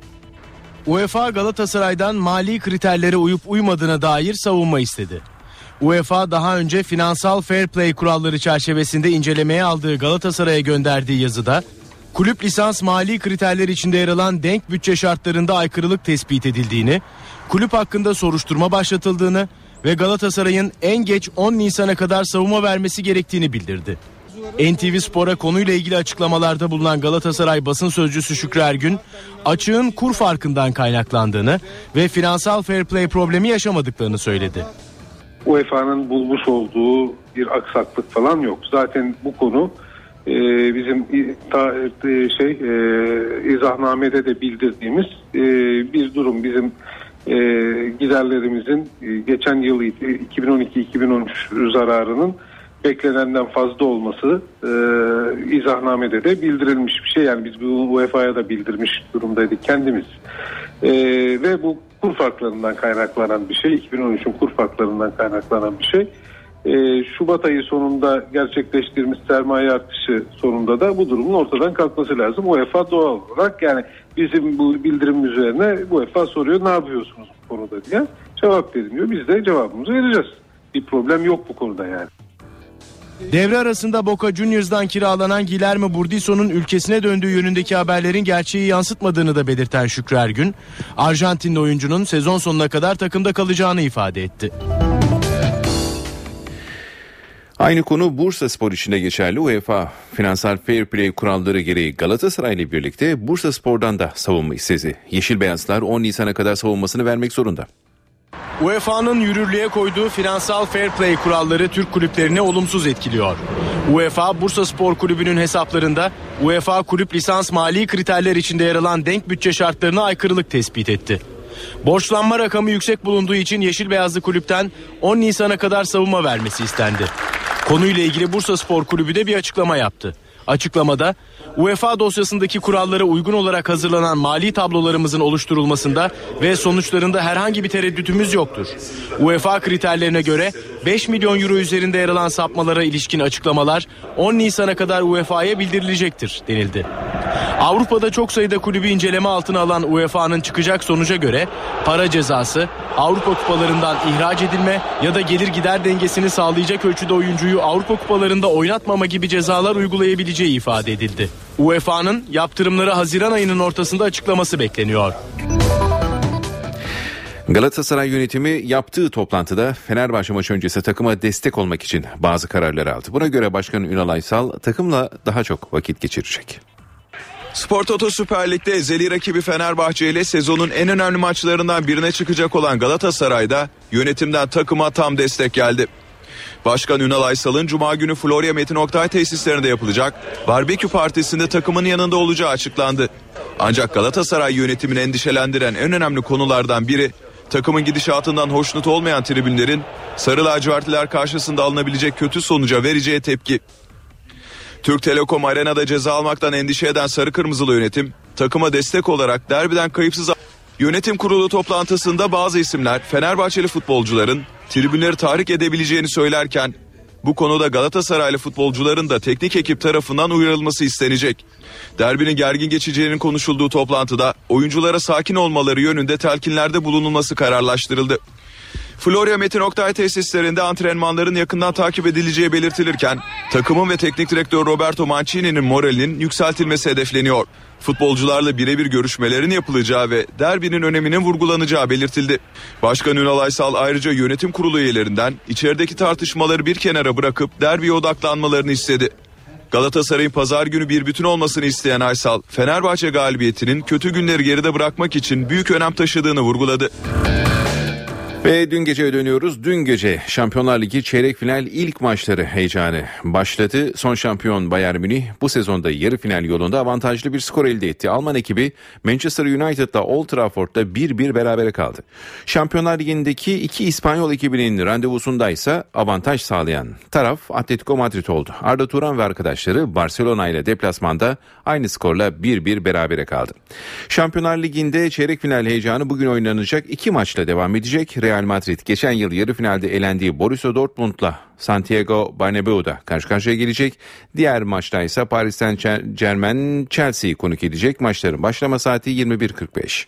UEFA Galatasaray'dan mali kriterlere uyup uymadığına dair savunma istedi. UEFA daha önce finansal fair play kuralları çerçevesinde incelemeye aldığı Galatasaray'a gönderdiği yazıda kulüp lisans mali kriterler içinde yer alan denk bütçe şartlarında aykırılık tespit edildiğini, kulüp hakkında soruşturma başlatıldığını ve Galatasaray'ın en geç on Nisan'a kadar savunma vermesi gerektiğini bildirdi. N T V Spor'a konuyla ilgili açıklamalarda bulunan Galatasaray basın sözcüsü Şükrü Ergün, açığın kur farkından kaynaklandığını ve finansal fair play problemi yaşamadıklarını söyledi. U E F A'nın bulmuş olduğu bir aksaklık falan yok. Zaten bu konu e, bizim ta, e, şey e, izahnamede de bildirdiğimiz e, bir durum. Bizim e, giderlerimizin e, geçen yıl iki bin on iki iki bin on üç zararının beklenenden fazla olması e, izahnamede de bildirilmiş bir şey. Yani biz bu U E F A'ya da bildirmiş durumdaydık kendimiz. E, ve bu kur farklarından kaynaklanan bir şey. iki bin on üçün kur farklarından kaynaklanan bir şey. Ee, Şubat ayı sonunda gerçekleştirmiş sermaye artışı sonunda da bu durumun ortadan kalkması lazım. U E F A doğal olarak, yani bizim bu bildirim üzerine U E F A soruyor, ne yapıyorsunuz bu konuda diye. Cevap vermiyor. Biz de cevabımızı vereceğiz. Bir problem yok bu konuda yani. Devre arasında Boca Juniors'dan kiralanan Guilherme Burdisso'nun ülkesine döndüğü yönündeki haberlerin gerçeği yansıtmadığını da belirten Şükrü Ergün, Arjantinli oyuncunun sezon sonuna kadar takımda kalacağını ifade etti. Aynı konu Bursaspor için de geçerli. UEFA finansal fair play kuralları gereği Galatasaray ile birlikte Bursaspor'dan da savunma istedi. Yeşil Beyazlar on Nisan'a kadar savunmasını vermek zorunda. U E F A'nın yürürlüğe koyduğu finansal fair play kuralları Türk kulüplerini olumsuz etkiliyor. U E F A, Bursaspor Kulübü'nün hesaplarında U E F A kulüp lisans mali kriterler içinde yer alan denk bütçe şartlarına aykırılık tespit etti. Borçlanma rakamı yüksek bulunduğu için Yeşil Beyazlı Kulüpten on Nisan'a kadar savunma vermesi istendi. Konuyla ilgili Bursaspor Kulübü de bir açıklama yaptı. Açıklamada U E F A dosyasındaki kurallara uygun olarak hazırlanan mali tablolarımızın oluşturulmasında ve sonuçlarında herhangi bir tereddütümüz yoktur. U E F A kriterlerine göre beş milyon euro üzerinde yer alan sapmalara ilişkin açıklamalar on Nisan'a kadar U E F A'ya bildirilecektir denildi. Avrupa'da çok sayıda kulübü inceleme altına alan U E F A'nın çıkacak sonuca göre para cezası, Avrupa kupalarından ihraç edilme ya da gelir gider dengesini sağlayacak ölçüde oyuncuyu Avrupa kupalarında oynatmama gibi cezalar uygulayabileceği ifade edildi. U E F A'nın yaptırımları Haziran ayının ortasında açıklaması bekleniyor. Galatasaray yönetimi yaptığı toplantıda Fenerbahçe maçı öncesi takıma destek olmak için bazı kararlar aldı. Buna göre Başkan Ünal Aysal takımla daha çok vakit geçirecek. Spor Toto Süper Lig'de ezeli rakibi Fenerbahçe ile sezonun en önemli maçlarından birine çıkacak olan Galatasaray'da yönetimden takıma tam destek geldi. Başkan Ünal Aysal'ın Cuma günü Florya Metin Oktay tesislerinde yapılacak barbekü partisinde takımın yanında olacağı açıklandı. Ancak Galatasaray yönetimini endişelendiren en önemli konulardan biri takımın gidişatından hoşnut olmayan tribünlerin Sarı Lacivertliler karşısında alınabilecek kötü sonuca vereceği tepki. Türk Telekom Arena'da ceza almaktan endişe eden Sarı Kırmızılı yönetim takıma destek olarak derbiden kayıpsız. Yönetim kurulu toplantısında bazı isimler Fenerbahçeli futbolcuların tribünleri tahrik edebileceğini söylerken bu konuda Galatasaraylı futbolcuların da teknik ekip tarafından uyarılması istenecek. Derbinin gergin geçeceğinin konuşulduğu toplantıda oyunculara sakin olmaları yönünde telkinlerde bulunulması kararlaştırıldı. Florya Metin Oktay tesislerinde antrenmanların yakından takip edileceği belirtilirken takımın ve teknik direktör Roberto Mancini'nin moralinin yükseltilmesi hedefleniyor. Futbolcularla birebir görüşmelerin yapılacağı ve derbinin öneminin vurgulanacağı belirtildi. Başkan Ünal Aysal ayrıca yönetim kurulu üyelerinden içerideki tartışmaları bir kenara bırakıp derbiye odaklanmalarını istedi. Galatasaray'ın pazar günü bir bütün olmasını isteyen Aysal, Fenerbahçe galibiyetinin kötü günleri geride bırakmak için büyük önem taşıdığını vurguladı. Ve dün geceye dönüyoruz. Dün gece Şampiyonlar Ligi çeyrek final ilk maçları heyecanı başladı. Son şampiyon Bayern Münih bu sezonda yarı final yolunda avantajlı bir skor elde etti. Alman ekibi Manchester United'la Old Trafford'da bir bir berabere kaldı. Şampiyonlar Ligi'ndeki iki İspanyol ekibinin randevusunda ise avantaj sağlayan taraf Atletico Madrid oldu. Arda Turan ve arkadaşları Barcelona ile deplasmanda aynı skorla bir bir berabere kaldı. Şampiyonlar Ligi'nde çeyrek final heyecanı bugün oynanacak iki maçla devam edecek. Real Madrid geçen yıl yarı finalde elendiği Borussia Dortmund'la Santiago Bernabeu'da karşı karşıya gelecek. Diğer maçta ise Paris Saint-Germain Chelsea'yi konuk edecek. Maçların başlama saati yirmi bir kırk beş.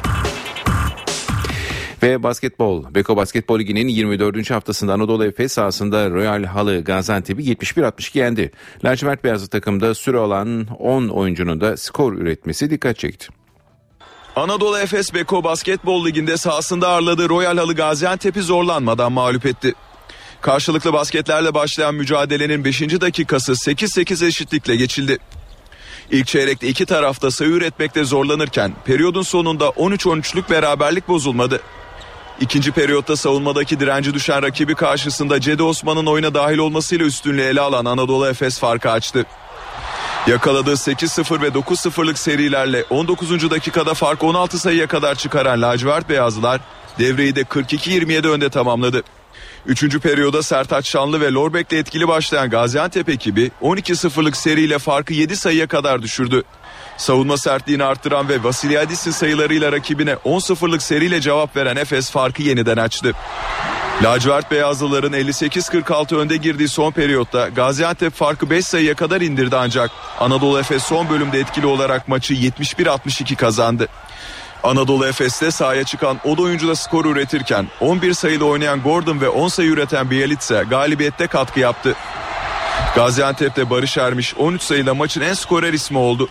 Ve basketbol, Beko Basketbol Ligi'nin yirmi dördüncü haftasında Anadolu Efes sahasında Royal Halı Gaziantep'i yetmiş bir altmış iki yendi. Lacivert beyazlı takımda süre olan on oyuncunun da skor üretmesi dikkat çekti. Anadolu Efes Beko Basketbol Ligi'nde sahasında ağırladığı Royal Halı Gaziantep'i zorlanmadan mağlup etti. Karşılıklı basketlerle başlayan mücadelenin beşinci dakikası sekiz sekiz eşitlikle geçildi. İlk çeyrekte iki tarafta sayı üretmekte zorlanırken periyodun sonunda on üç on üçlük beraberlik bozulmadı. İkinci periyotta savunmadaki direnci düşen rakibi karşısında Cedi Osman'ın oyuna dahil olmasıyla üstünlüğü ele alan Anadolu Efes farkı açtı. Yakaladığı sekiz sıfır ve dokuz sıfırlık serilerle on dokuzuncu dakikada fark on altı sayıya kadar çıkaran lacivert beyazlılar devreyi de kırk iki yirmi yedi önde tamamladı. Üçüncü periyoda Sertaç Şanlı ve Lorbek'le etkili başlayan Gaziantep ekibi on iki sıfırlık seriyle farkı yedi sayıya kadar düşürdü. Savunma sertliğini arttıran ve Vasilyadis'in sayılarıyla rakibine on sıfırlık seriyle cevap veren Efes farkı yeniden açtı. Lacivert beyazlıların elli sekiz kırk altı önde girdiği son periyotta Gaziantep farkı beş sayıya kadar indirdi ancak Anadolu Efes son bölümde etkili olarak maçı yetmiş bir altmış iki kazandı. Anadolu Efes'te sahaya çıkan o da oyuncuda skor üretirken on bir sayılı oynayan Gordon ve on sayı üreten Bielitsa galibiyette katkı yaptı. Gaziantep'te Barış Ermiş on üç sayıyla maçın en skorer ismi oldu.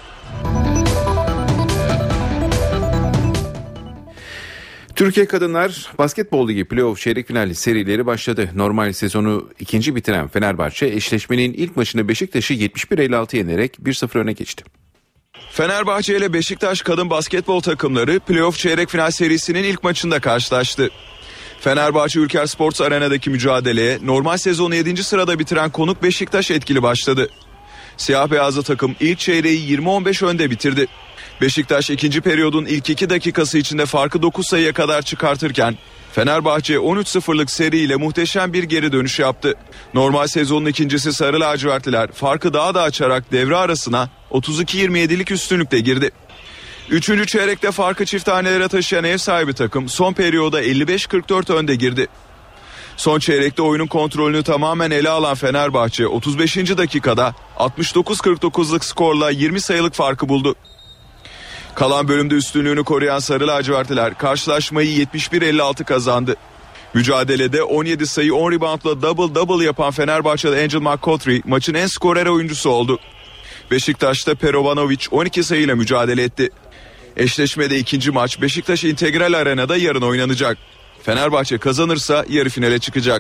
Türkiye Kadınlar Basketbol Ligi Playoff çeyrek final serileri başladı. Normal sezonu ikinci bitiren Fenerbahçe eşleşmenin ilk maçını Beşiktaş'ı yetmiş bir elli altı yenerek bir sıfır öne geçti. Fenerbahçe ile Beşiktaş kadın basketbol takımları playoff çeyrek final serisinin ilk maçında karşılaştı. Fenerbahçe Ülker Sports Arena'daki mücadeleye normal sezonu yedinci sırada bitiren konuk Beşiktaş etkili başladı. Siyah beyazlı takım ilk çeyreği yirmi on beş önde bitirdi. Beşiktaş ikinci periyodun ilk iki dakikası içinde farkı dokuz sayıya kadar çıkartırken Fenerbahçe on üç sıfırlık seriyle muhteşem bir geri dönüş yaptı. Normal sezonun ikincisi Sarı Lacivertliler farkı daha da açarak devre arasına otuz iki yirmi yedilik üstünlükle girdi. Üçüncü çeyrekte farkı çift hanelere taşıyan ev sahibi takım son periyoda elli beş kırk dört önde girdi. Son çeyrekte oyunun kontrolünü tamamen ele alan Fenerbahçe otuz beşinci dakikada altmış dokuz kırk dokuzluk skorla yirmi sayılık farkı buldu. Kalan bölümde üstünlüğünü koruyan Sarı Lacivertliler karşılaşmayı yetmiş bir elli altı kazandı. Mücadelede on yedi sayı on reboundla double double yapan Fenerbahçe'de Angel McCoughtry maçın en skorer oyuncusu oldu. Beşiktaş'ta Perovanovic on iki sayıyla mücadele etti. Eşleşmede ikinci maç Beşiktaş İntegral Arena'da yarın oynanacak. Fenerbahçe kazanırsa yarı finale çıkacak.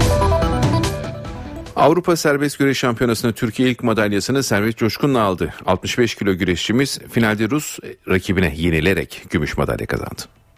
Avrupa Serbest Güreş Şampiyonası'nda Türkiye ilk madalyasını Servet Coşkun'la aldı. altmış beş kilo güreşçimiz finalde Rus rakibine yenilerek gümüş madalya kazandı.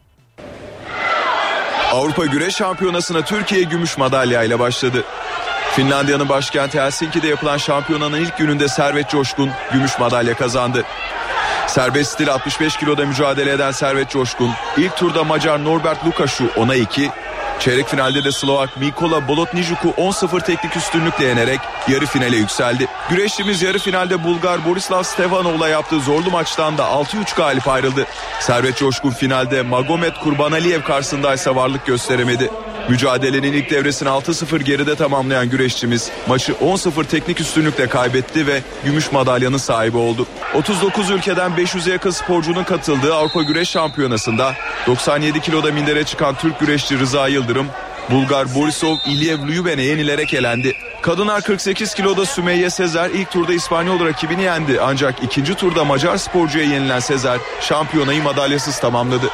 Avrupa Güreş Şampiyonası'na Türkiye gümüş madalyayla başladı. Finlandiya'nın başkenti Helsinki'de yapılan şampiyonanın ilk gününde Servet Coşkun gümüş madalya kazandı. Serbest stil altmış beş kiloda mücadele eden Servet Coşkun ilk turda Macar Norbert Lukaş'u ona iki, çeyrek finalde de Slovak Mikola Bolotnijuk'u on sıfır teknik üstünlükle yenerek yarı finale yükseldi. Güreşçimiz yarı finalde Bulgar Borislav Stefanov'la yaptığı zorlu maçtan da altı üç galip ayrıldı. Servet Coşkun finalde Magomed Kurbanaliyev karşısındaysa varlık gösteremedi. Mücadelenin ilk devresini altı sıfır geride tamamlayan güreşçimiz maçı on sıfır teknik üstünlükle kaybetti ve gümüş madalyanın sahibi oldu. otuz dokuz ülkeden beş yüze yakın sporcunun katıldığı Avrupa Güreş Şampiyonası'nda doksan yedi kiloda mindere çıkan Türk güreşçi Rıza Yıldırım, Bulgar Borisov İlyev Lyuben'e yenilerek elendi. Kadınlar kırk sekiz kiloda Sümeyye Sezer ilk turda İspanyol rakibini yendi. Ancak ikinci turda Macar sporcuya yenilen Sezer şampiyonayı madalyasız tamamladı.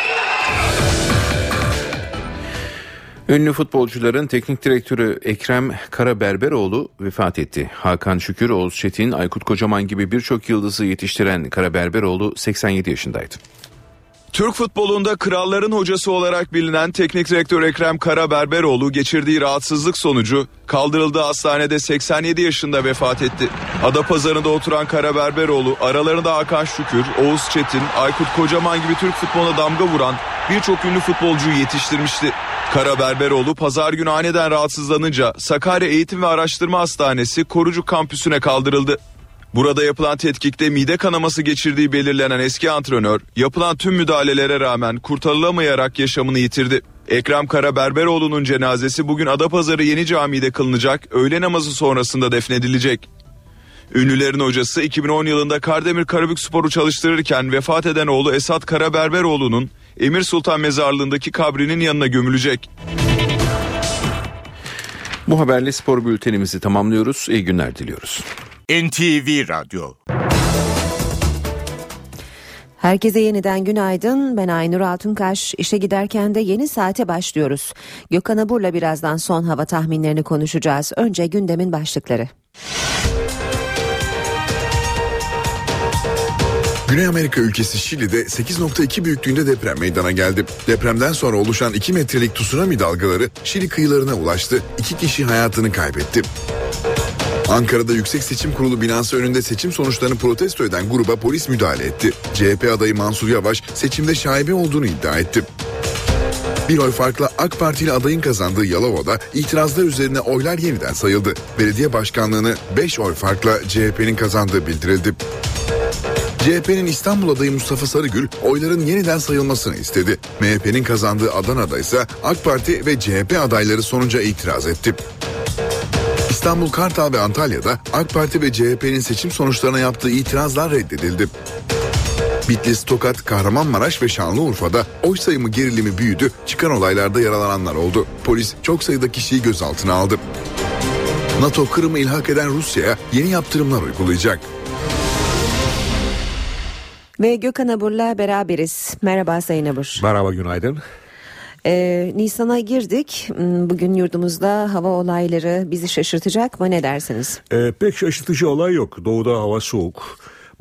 Ünlü futbolcuların teknik direktörü Ekrem Karaberberoğlu vefat etti. Hakan Şükür, Oğuz Çetin, Aykut Kocaman gibi birçok yıldızı yetiştiren Karaberberoğlu seksen yedi yaşındaydı. Türk futbolunda kralların hocası olarak bilinen teknik direktör Ekrem Karaberberoğlu geçirdiği rahatsızlık sonucu kaldırıldığı hastanede seksen yedi yaşında vefat etti. Adapazarı'nda oturan Karaberberoğlu aralarında Hakan Şükür, Oğuz Çetin, Aykut Kocaman gibi Türk futboluna damga vuran birçok ünlü futbolcuyu yetiştirmişti. Karaberberoğlu pazar günü aniden rahatsızlanınca Sakarya Eğitim ve Araştırma Hastanesi Korucuk Kampüsü'ne kaldırıldı. Burada yapılan tetkikte mide kanaması geçirdiği belirlenen eski antrenör yapılan tüm müdahalelere rağmen kurtarılamayarak yaşamını yitirdi. Ekrem Karaberberoğlu'nun cenazesi bugün Adapazarı Yeni Camii'de kılınacak, öğle namazı sonrasında defnedilecek. Ünlülerin hocası iki bin on yılında Kardemir Karabükspor'u çalıştırırken vefat eden oğlu Esat Karaberberoğlu'nun Emir Sultan Mezarlığı'ndaki kabrinin yanına gömülecek. Bu haberle spor bültenimizi tamamlıyoruz. İyi günler diliyoruz. N T V Radyo. Herkese yeniden günaydın. Ben Aynur Altunkaş. İşe giderken de yeni saate başlıyoruz. Gökhan Abur'la birazdan son hava tahminlerini konuşacağız. Önce gündemin başlıkları. Güney Amerika ülkesi Şili'de sekiz nokta iki büyüklüğünde deprem meydana geldi. Depremden sonra oluşan iki metrelik tsunami dalgaları Şili kıyılarına ulaştı. İki kişi hayatını kaybetti. Ankara'da Yüksek Seçim Kurulu binası önünde seçim sonuçlarını protesto eden gruba polis müdahale etti. C H P adayı Mansur Yavaş seçimde şaibe olduğunu iddia etti. Bir oy farkla AK Partili adayın kazandığı Yalova'da itirazlar üzerine oylar yeniden sayıldı. Belediye başkanlığını beş oy farkla C H P'nin kazandığı bildirildi. C H P'nin İstanbul adayı Mustafa Sarıgül oyların yeniden sayılmasını istedi. M H P'nin kazandığı Adana'da ise AK Parti ve C H P adayları sonuca itiraz etti. İstanbul, Kartal ve Antalya'da AK Parti ve C H P'nin seçim sonuçlarına yaptığı itirazlar reddedildi. Bitlis, Tokat, Kahramanmaraş ve Şanlıurfa'da oy sayımı gerilimi büyüdü, çıkan olaylarda yaralananlar oldu. Polis çok sayıda kişiyi gözaltına aldı. NATO, Kırım'ı ilhak eden Rusya'ya yeni yaptırımlar uygulayacak. Ve Gökhan Abur'la beraberiz. Merhaba Sayın Abur. Merhaba, günaydın. Ee, Nisan'a girdik. Bugün yurdumuzda hava olayları bizi şaşırtacak mı, ne dersiniz? Ee, pek şaşırtıcı olay yok. Doğuda hava soğuk.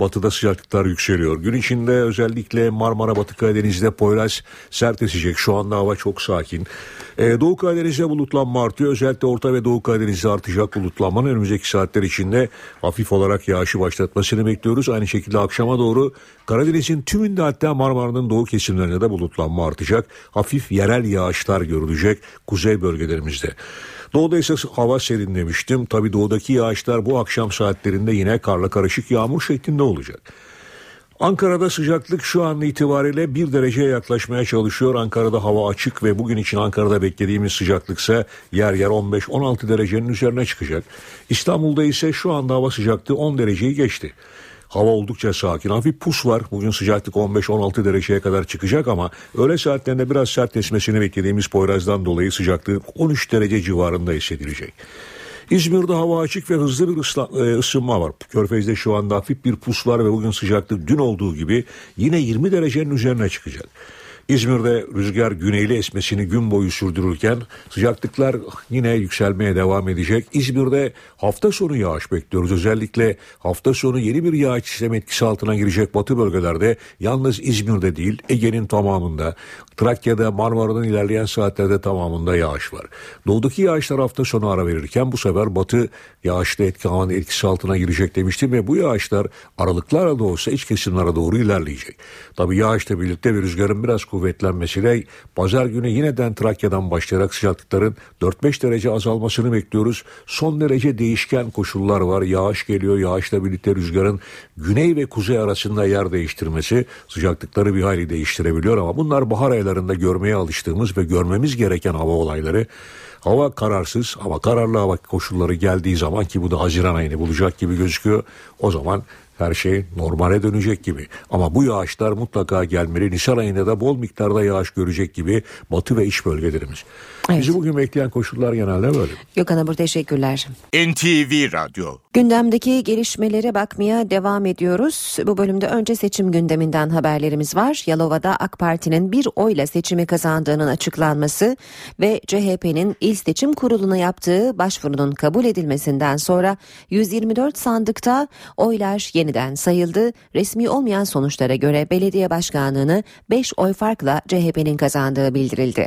Batıda sıcaklıklar yükseliyor. Gün içinde özellikle Marmara, Batı Karadeniz'de Poyraz sert esecek. Şu anda hava çok sakin. Ee, Doğu Karadeniz'de bulutlanma artıyor. Özellikle Orta ve Doğu Karadeniz'de artacak bulutlanmanın önümüzdeki saatler içinde hafif olarak yağışı başlatmasını bekliyoruz. Aynı şekilde akşama doğru Karadeniz'in tümünde, hatta Marmara'nın doğu kesimlerinde de bulutlanma artacak. Hafif yerel yağışlar görülecek kuzey bölgelerimizde. Doğuda ise hava serinlemiştim. Tabii doğudaki yağışlar bu akşam saatlerinde yine karla karışık yağmur şeklinde olacak. Ankara'da sıcaklık şu an itibariyle bir dereceye yaklaşmaya çalışıyor. Ankara'da hava açık ve bugün için Ankara'da beklediğimiz sıcaklıksa yer yer on beş on altı derecenin üzerine çıkacak. İstanbul'da ise şu anda hava sıcaklığı on dereceyi geçti. Hava oldukça sakin. Hafif pus var. Bugün sıcaklık on beş on altı dereceye kadar çıkacak ama öğle saatlerinde biraz sert esmesini beklediğimiz Poyraz'dan dolayı sıcaklık on üç derece civarında hissedilecek. İzmir'de hava açık ve hızlı bir ısla, ısınma var. Körfez'de şu anda hafif bir pus var ve bugün sıcaklık dün olduğu gibi yine yirmi derecenin üzerine çıkacak. İzmir'de rüzgar güneyli esmesini gün boyu sürdürürken sıcaklıklar yine yükselmeye devam edecek. İzmir'de hafta sonu yağış bekliyoruz. Özellikle hafta sonu yeni bir yağış sistemi etkisi altına girecek batı bölgelerde, yalnız İzmir'de değil Ege'nin tamamında, Trakya'da, Marmara'nın ilerleyen saatlerde tamamında yağış var. Doğudaki yağışlar hafta sonu ara verirken bu sefer batı yağışlı etki havanın etkisi altına girecek demiştim ve bu yağışlar aralıklarla da olsa iç kesimlere doğru ilerleyecek. Tabii yağışla birlikte bir rüzgarın biraz kuvvetlenmesiyle pazar günü yineden Trakya'dan başlayarak sıcaklıkların dört beş derece azalmasını bekliyoruz. Son derece değişken koşullar var. Yağış geliyor. Yağışla birlikte rüzgarın güney ve kuzey arasında yer değiştirmesi sıcaklıkları bir hayli değiştirebiliyor ama bunlar bahar aylarında görmeye alıştığımız ve görmemiz gereken hava olayları. Hava kararsız ama kararlı hava koşulları geldiği zaman, ki bu da Haziran ayını bulacak gibi gözüküyor, o zaman her şey normale dönecek gibi. Ama bu yağışlar mutlaka gelmeli. Nisan ayında da bol miktarda yağış görecek gibi batı ve iç bölgelerimiz. Evet. Bizi bugün bekleyen koşullar genelde böyle. Gökhan Abur, teşekkürler. N T V Radyo. Gündemdeki gelişmelere bakmaya devam ediyoruz. Bu bölümde önce seçim gündeminden haberlerimiz var. Yalova'da AK Parti'nin bir oyla seçimi kazandığının açıklanması ve C H P'nin İl Seçim Kurulu'na yaptığı başvurunun kabul edilmesinden sonra yüz yirmi dört sandıkta oylar yeniden sayıldı. Resmi olmayan sonuçlara göre belediye başkanlığını beş oy farkla C H P'nin kazandığı bildirildi.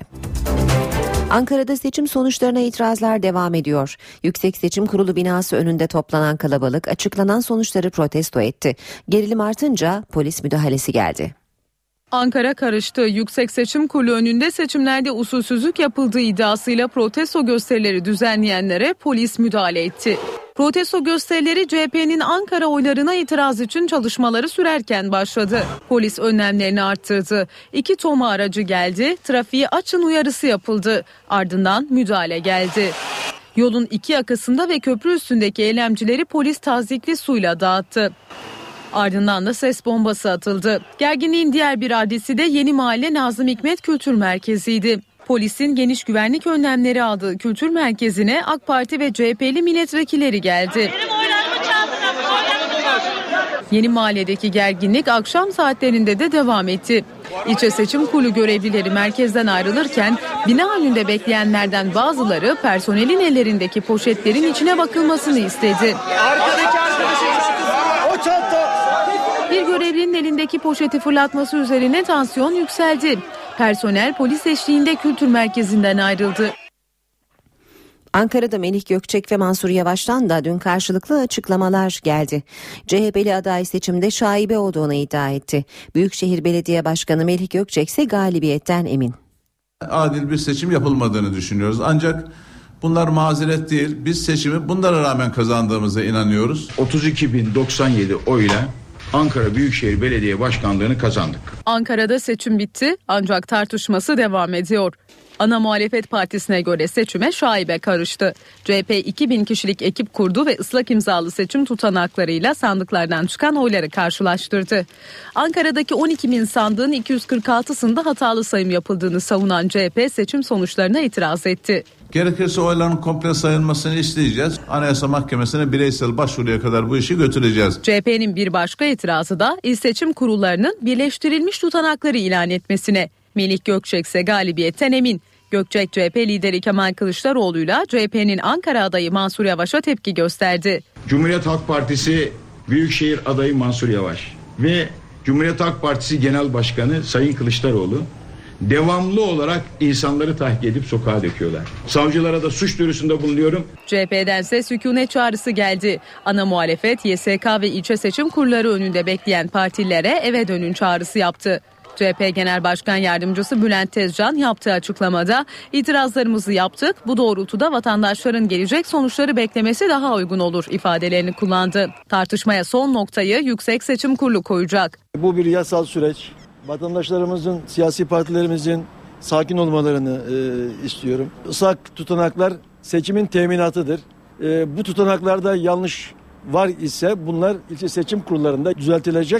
Ankara'da seçim sonuçlarına itirazlar devam ediyor. Yüksek Seçim Kurulu binası önünde toplanan kalabalık açıklanan sonuçları protesto etti. Gerilim artınca polis müdahalesi geldi. Ankara karıştı. Yüksek Seçim Kurulu önünde seçimlerde usulsüzlük yapıldığı iddiasıyla protesto gösterileri düzenleyenlere polis müdahale etti. Protesto gösterileri C H P'nin Ankara oylarına itiraz için çalışmaları sürerken başladı. Polis önlemlerini arttırdı. İki TOMA aracı geldi. Trafiği açın uyarısı yapıldı. Ardından müdahale geldi. Yolun iki yakasında ve köprü üstündeki eylemcileri polis tazyikli suyla dağıttı. Ardından da ses bombası atıldı. Gerginliğin diğer bir adresi de Yeni Mahalle Nazım Hikmet Kültür Merkezi'ydi. Polisin geniş güvenlik önlemleri aldığı kültür merkezine AK Parti ve C H P'li milletvekilleri geldi. Yeni Mahalle'deki gerginlik akşam saatlerinde de devam etti. İlçe Seçim Kurulu görevlileri merkezden ayrılırken bina önünde bekleyenlerden bazıları personelin ellerindeki poşetlerin içine bakılmasını istedi. Arkadaki arkadaşın çantası, o çanta. Bir görevlinin elindeki poşeti fırlatması üzerine tansiyon yükseldi. Personel polis eşliğinde kültür merkezinden ayrıldı. Ankara'da Melih Gökçek ve Mansur Yavaş'tan da dün karşılıklı açıklamalar geldi. C H P'li aday seçimde şaibe olduğunu iddia etti. Büyükşehir Belediye Başkanı Melih Gökçek ise galibiyetten emin. Adil bir seçim yapılmadığını düşünüyoruz. Ancak bunlar mazeret değil. Biz seçimi bunlara rağmen kazandığımıza inanıyoruz. otuz iki bin doksan yedi oyla Ankara Büyükşehir Belediye Başkanlığı'nı kazandık. Ankara'da seçim bitti ancak tartışması devam ediyor. Ana muhalefet partisine göre seçime şaibe karıştı. C H P iki bin kişilik ekip kurdu ve ıslak imzalı seçim tutanaklarıyla sandıklardan çıkan oyları karşılaştırdı. Ankara'daki on iki bin sandığın iki yüz kırk altısında hatalı sayım yapıldığını savunan C H P seçim sonuçlarına itiraz etti. Gerekirse oyların komple sayılmasını isteyeceğiz. Anayasa Mahkemesi'ne bireysel başvuruya kadar bu işi götüreceğiz. C H P'nin bir başka itirazı da İl Seçim Kurullarının birleştirilmiş tutanakları ilan etmesine. Melih Gökçek ise galibiyetten emin. Gökçek C H P lideri Kemal Kılıçdaroğlu'yla C H P'nin Ankara adayı Mansur Yavaş'a tepki gösterdi. Cumhuriyet Halk Partisi Büyükşehir adayı Mansur Yavaş ve Cumhuriyet Halk Partisi Genel Başkanı Sayın Kılıçdaroğlu devamlı olarak insanları tahrik edip sokağa döküyorlar. Savcılara da suç duyurusunda bulunuyorum. C H P'dense sükunet çağrısı geldi. Ana muhalefet Y S K ve ilçe seçim kurulları önünde bekleyen partilere eve dönün çağrısı yaptı. C H P Genel Başkan Yardımcısı Bülent Tezcan yaptığı açıklamada itirazlarımızı yaptık. Bu doğrultuda vatandaşların gelecek sonuçları beklemesi daha uygun olur ifadelerini kullandı. Tartışmaya son noktayı Yüksek Seçim Kurulu koyacak. Bu bir yasal süreç. Vatandaşlarımızın, siyasi partilerimizin sakin olmalarını e, istiyorum. Islak tutanaklar seçimin teminatıdır. E, bu tutanaklarda yanlış var ise bunlar ilçe seçim kurullarında düzeltilecek.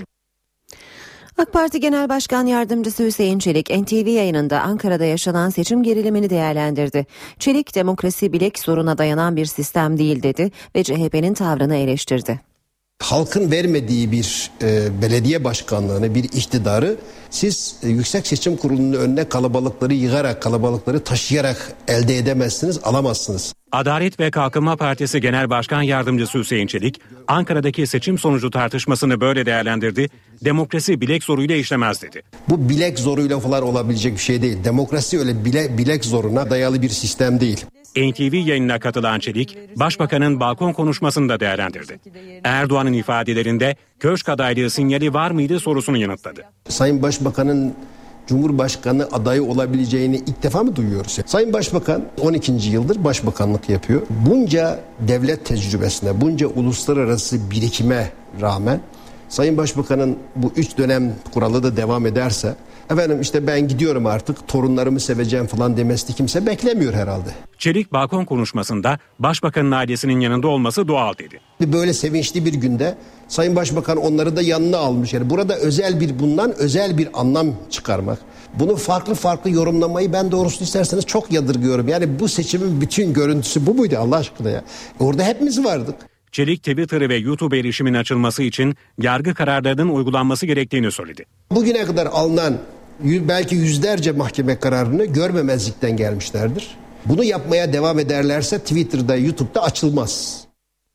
AK Parti Genel Başkan Yardımcısı Hüseyin Çelik N T V yayınında Ankara'da yaşanan seçim gerilimini değerlendirdi. Çelik, demokrasi bilek zoruna dayanan bir sistem değil dedi ve C H P'nin tavrını eleştirdi. Halkın vermediği bir e, belediye başkanlığını, bir iktidarı siz e, Yüksek Seçim Kurulu'nun önüne kalabalıkları yığarak, kalabalıkları taşıyarak elde edemezsiniz, alamazsınız. Adalet ve Kalkınma Partisi Genel Başkan Yardımcısı Hüseyin Çelik, Ankara'daki seçim sonucu tartışmasını böyle değerlendirdi. Demokrasi bilek zoruyla işlemez dedi. Bu bilek zoruyla falan olabilecek bir şey değil. Demokrasi öyle bile, bilek zoruna dayalı bir sistem değil. N T V yayınına katılan Çelik, Başbakanın balkon konuşmasını da değerlendirdi. Erdoğan'ın ifadelerinde köşk adaylığı sinyali var mıydı sorusunu yanıtladı. Sayın Başbakan'ın Cumhurbaşkanı adayı olabileceğini ilk defa mı duyuyoruz? Sayın Başbakan on ikinci yıldır başbakanlık yapıyor. Bunca devlet tecrübesine, bunca uluslararası birikime rağmen Sayın Başbakan'ın bu üç dönem kuralı da devam ederse, efendim işte ben gidiyorum artık torunlarımı seveceğim falan demesi kimse beklemiyor herhalde. Çelik balkon konuşmasında Başbakanın ailesinin yanında olması doğal dedi. Böyle sevinçli bir günde Sayın Başbakan onları da yanına almış. Yani burada özel bir bundan özel bir anlam çıkarmak. Bunu farklı farklı yorumlamayı ben doğrusunu isterseniz çok yadırgıyorum. Yani bu seçimin bütün görüntüsü bu muydu Allah aşkına ya? Orada hepimiz vardık. Çelik Twitter ve YouTube erişimin açılması için yargı kararlarının uygulanması gerektiğini söyledi. Bugüne kadar alınan belki yüzlerce mahkeme kararını görmemezlikten gelmişlerdir. Bunu yapmaya devam ederlerse Twitter'da, YouTube'da açılmaz.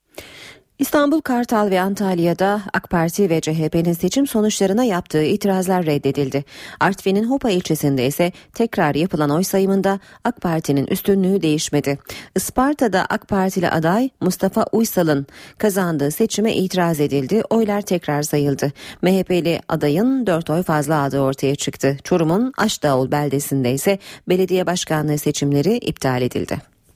İstanbul, Kartal ve Antalya'da AK Parti ve C H P'nin seçim sonuçlarına yaptığı itirazlar reddedildi. Artvin'in Hopa ilçesinde ise tekrar yapılan oy sayımında AK Parti'nin üstünlüğü değişmedi. Isparta'da AK Partili aday Mustafa Uysal'ın kazandığı seçime itiraz edildi. Oylar tekrar sayıldı. M H P'li adayın dört oy fazla aldığı ortaya çıktı. Çorum'un Aşdağul beldesinde ise belediye başkanlığı seçimleri iptal edildi.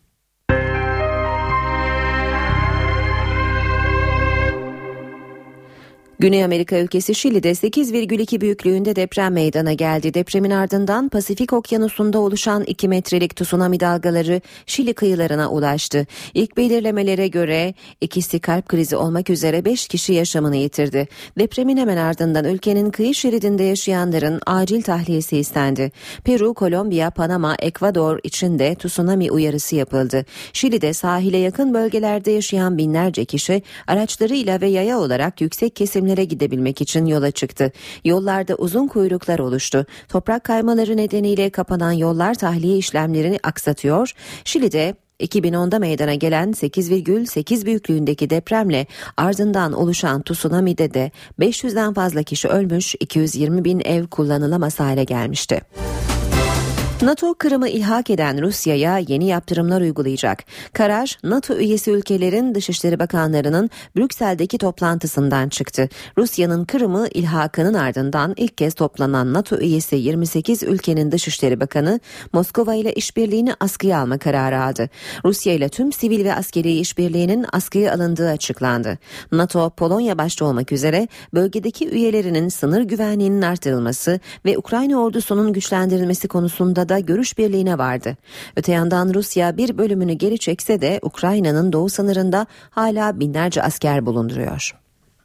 Güney Amerika ülkesi Şili'de sekiz virgül iki büyüklüğünde deprem meydana geldi. Depremin ardından Pasifik Okyanusu'nda oluşan iki metrelik tsunami dalgaları Şili kıyılarına ulaştı. İlk belirlemelere göre ikisi kalp krizi olmak üzere beş kişi yaşamını yitirdi. Depremin hemen ardından ülkenin kıyı şeridinde yaşayanların acil tahliyesi istendi. Peru, Kolombiya, Panama, Ekvador için de tsunami uyarısı yapıldı. Şili'de sahile yakın bölgelerde yaşayan binlerce kişi araçlarıyla ve yaya olarak yüksek kesimlere gidebilmek için yola çıktı. Yollarda uzun kuyruklar oluştu. Toprak kaymaları nedeniyle kapanan yollar tahliye işlemlerini aksatıyor. Şili'de iki bin onda meydana gelen sekiz virgül sekiz büyüklüğündeki depremle ardından oluşan tsunami'de de beş yüzden fazla kişi ölmüş, iki yüz yirmi bin ev kullanılamaz hale gelmişti. NATO Kırım'ı ilhak eden Rusya'ya yeni yaptırımlar uygulayacak. Karar, NATO üyesi ülkelerin Dışişleri Bakanlarının Brüksel'deki toplantısından çıktı. Rusya'nın Kırım'ı ilhakının ardından ilk kez toplanan NATO üyesi yirmi sekiz ülkenin Dışişleri Bakanı Moskova ile işbirliğini askıya alma kararı aldı. Rusya ile tüm sivil ve askeri işbirliğinin askıya alındığı açıklandı. NATO, Polonya başta olmak üzere bölgedeki üyelerinin sınır güvenliğinin artırılması ve Ukrayna ordusunun güçlendirilmesi konusunda da görüş birliğine vardı. Öte yandan Rusya bir bölümünü geri çekse de Ukrayna'nın doğu sınırında hala binlerce asker bulunduruyor.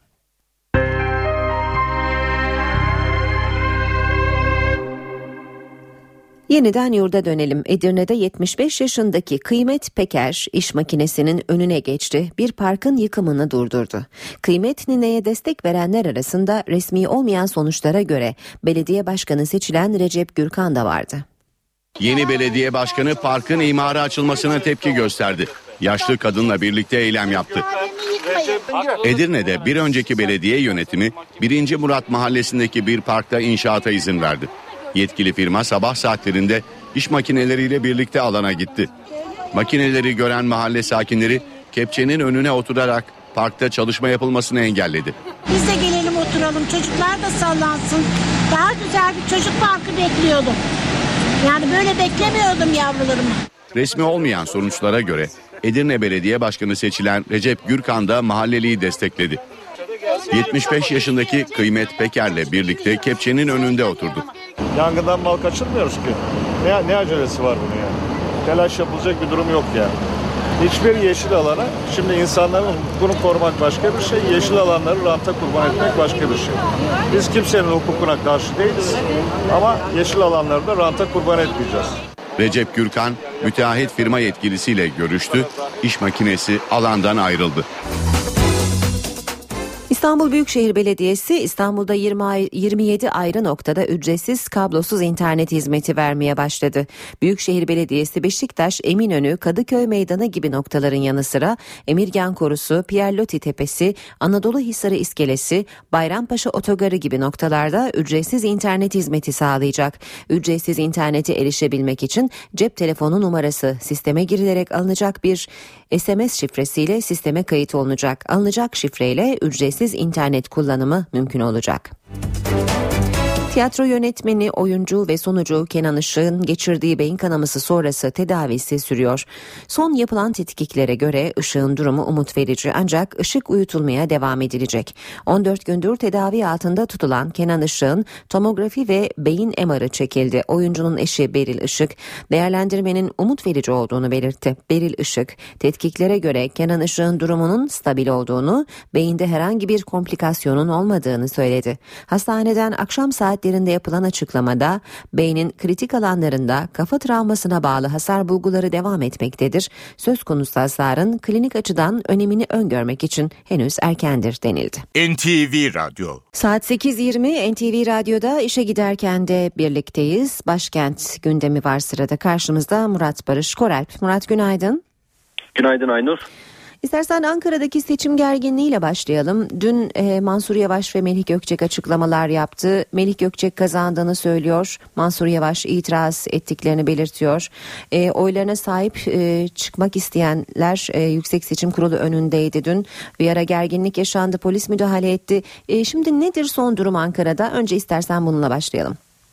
Yeniden yurda dönelim. Edirne'de yetmiş beş yaşındaki Kıymet Peker iş makinesinin önüne geçti. Bir parkın yıkımını durdurdu. Kıymet Nine'ye destek verenler arasında resmi olmayan sonuçlara göre belediye başkanı seçilen Recep Gürkan da vardı. Yeni belediye başkanı parkın imara açılmasına tepki gösterdi. Yaşlı kadınla birlikte eylem yaptı. Edirne'de bir önceki belediye yönetimi birinci Murat Mahallesi'ndeki bir parkta inşaata izin verdi. Yetkili firma sabah saatlerinde iş makineleriyle birlikte alana gitti. Makineleri gören mahalle sakinleri kepçenin önüne oturarak parkta çalışma yapılmasını engelledi. Biz de gelelim oturalım, çocuklar da sallansın. Daha güzel bir çocuk parkı bekliyordum. Yani böyle beklemiyordum yavrularımı. Resmi olmayan sonuçlara göre Edirne Belediye Başkanı seçilen Recep Gürkan da mahalleliyi destekledi. yetmiş beş yaşındaki Kıymet Peker'le birlikte kepçenin önünde oturdu. Yangından mal kaçırmıyoruz ki. Ne, ne acelesi var bunun yani? Telaş yapılacak bir durum yok yani. Hiçbir yeşil alana, şimdi insanların hukukunu korumak başka bir şey, yeşil alanları ranta kurban etmek başka bir şey. Biz kimsenin hukukuna karşı değiliz ama yeşil alanları da ranta kurban etmeyeceğiz. Recep Gürkan müteahhit firma yetkilisiyle görüştü, iş makinesi alandan ayrıldı. İstanbul Büyükşehir Belediyesi İstanbul'da yirmi yedi ayrı noktada ücretsiz kablosuz internet hizmeti vermeye başladı. Büyükşehir Belediyesi Beşiktaş, Eminönü, Kadıköy Meydanı gibi noktaların yanı sıra Emirgan Korusu, Pierlotti Tepesi, Anadolu Hisarı İskelesi, Bayrampaşa Otogarı gibi noktalarda ücretsiz internet hizmeti sağlayacak. Ücretsiz internete erişebilmek için cep telefonu numarası sisteme girilerek alınacak bir S M S şifresiyle sisteme kayıt olunacak. Alınacak şifreyle ücretsiz internet kullanımı mümkün olacak. Tiyatro yönetmeni, oyuncu ve sunucu Kenan Işık'ın geçirdiği beyin kanaması sonrası tedavisi sürüyor. Son yapılan tetkiklere göre Işık'ın durumu umut verici ancak Işık uyutulmaya devam edilecek. on dört gündür tedavi altında tutulan Kenan Işık'ın tomografi ve beyin M R'ı çekildi. Oyuncunun eşi Beril Işık değerlendirmenin umut verici olduğunu belirtti. Beril Işık, tetkiklere göre Kenan Işık'ın durumunun stabil olduğunu, beyinde herhangi bir komplikasyonun olmadığını söyledi. Hastaneden akşam saat saatlerinde yapılan açıklamada beynin kritik alanlarında kafa travmasına bağlı hasar bulguları devam etmektedir. Söz konusu hasarın klinik açıdan önemini öngörmek için henüz erkendir denildi. N T V Radyo. Saat sekiz yirmi N T V Radyo'da işe giderken de birlikteyiz. Başkent gündemi var sırada. Karşımızda Murat Barış Koralp. Murat günaydın. Günaydın Aynur. İstersen Ankara'daki seçim gerginliğiyle başlayalım. Dün e, Mansur Yavaş ve Melih Gökçek açıklamalar yaptı. Melih Gökçek kazandığını söylüyor. Mansur Yavaş itiraz ettiklerini belirtiyor. E, oylarına sahip e, çıkmak isteyenler e, Yüksek Seçim Kurulu önündeydi dün. Bir ara gerginlik yaşandı, polis müdahale etti. E, şimdi nedir son durum Ankara'da? Önce istersen bununla başlayalım.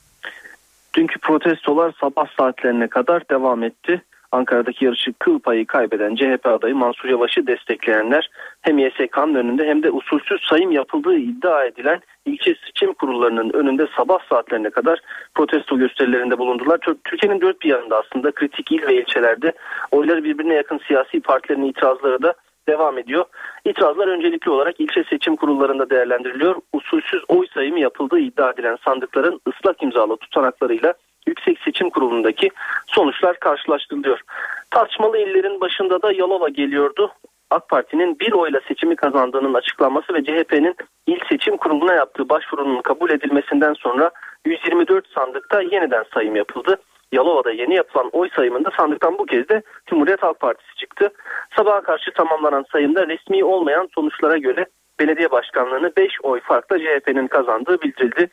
Dünkü protestolar sabah saatlerine kadar devam etti. Ankara'daki yarışı kıl payı kaybeden C H P adayı Mansur Yavaş'ı destekleyenler hem Y S K'nın önünde hem de usulsüz sayım yapıldığı iddia edilen ilçe seçim kurullarının önünde sabah saatlerine kadar protesto gösterilerinde bulundular. Türkiye'nin dört bir yanında aslında kritik il ve ilçelerde oyları birbirine yakın siyasi partilerin itirazları da devam ediyor. İtirazlar öncelikli olarak ilçe seçim kurullarında değerlendiriliyor. Usulsüz oy sayımı yapıldığı iddia edilen sandıkların ıslak imzalı tutanaklarıyla Yüksek Seçim Kurulu'ndaki sonuçlar karşılaştırılıyor. Tartışmalı illerin başında da Yalova geliyordu. AK Parti'nin bir oyla seçimi kazandığının açıklanması ve C H P'nin İl Seçim Kurulu'na yaptığı başvurunun kabul edilmesinden sonra yüz yirmi dört sandıkta yeniden sayım yapıldı. Yalova'da yeni yapılan oy sayımında sandıktan bu kez de Cumhuriyet Halk Partisi çıktı. Sabaha karşı tamamlanan sayımda resmi olmayan sonuçlara göre belediye başkanlığını beş oy farkla C H P'nin kazandığı bildirildi.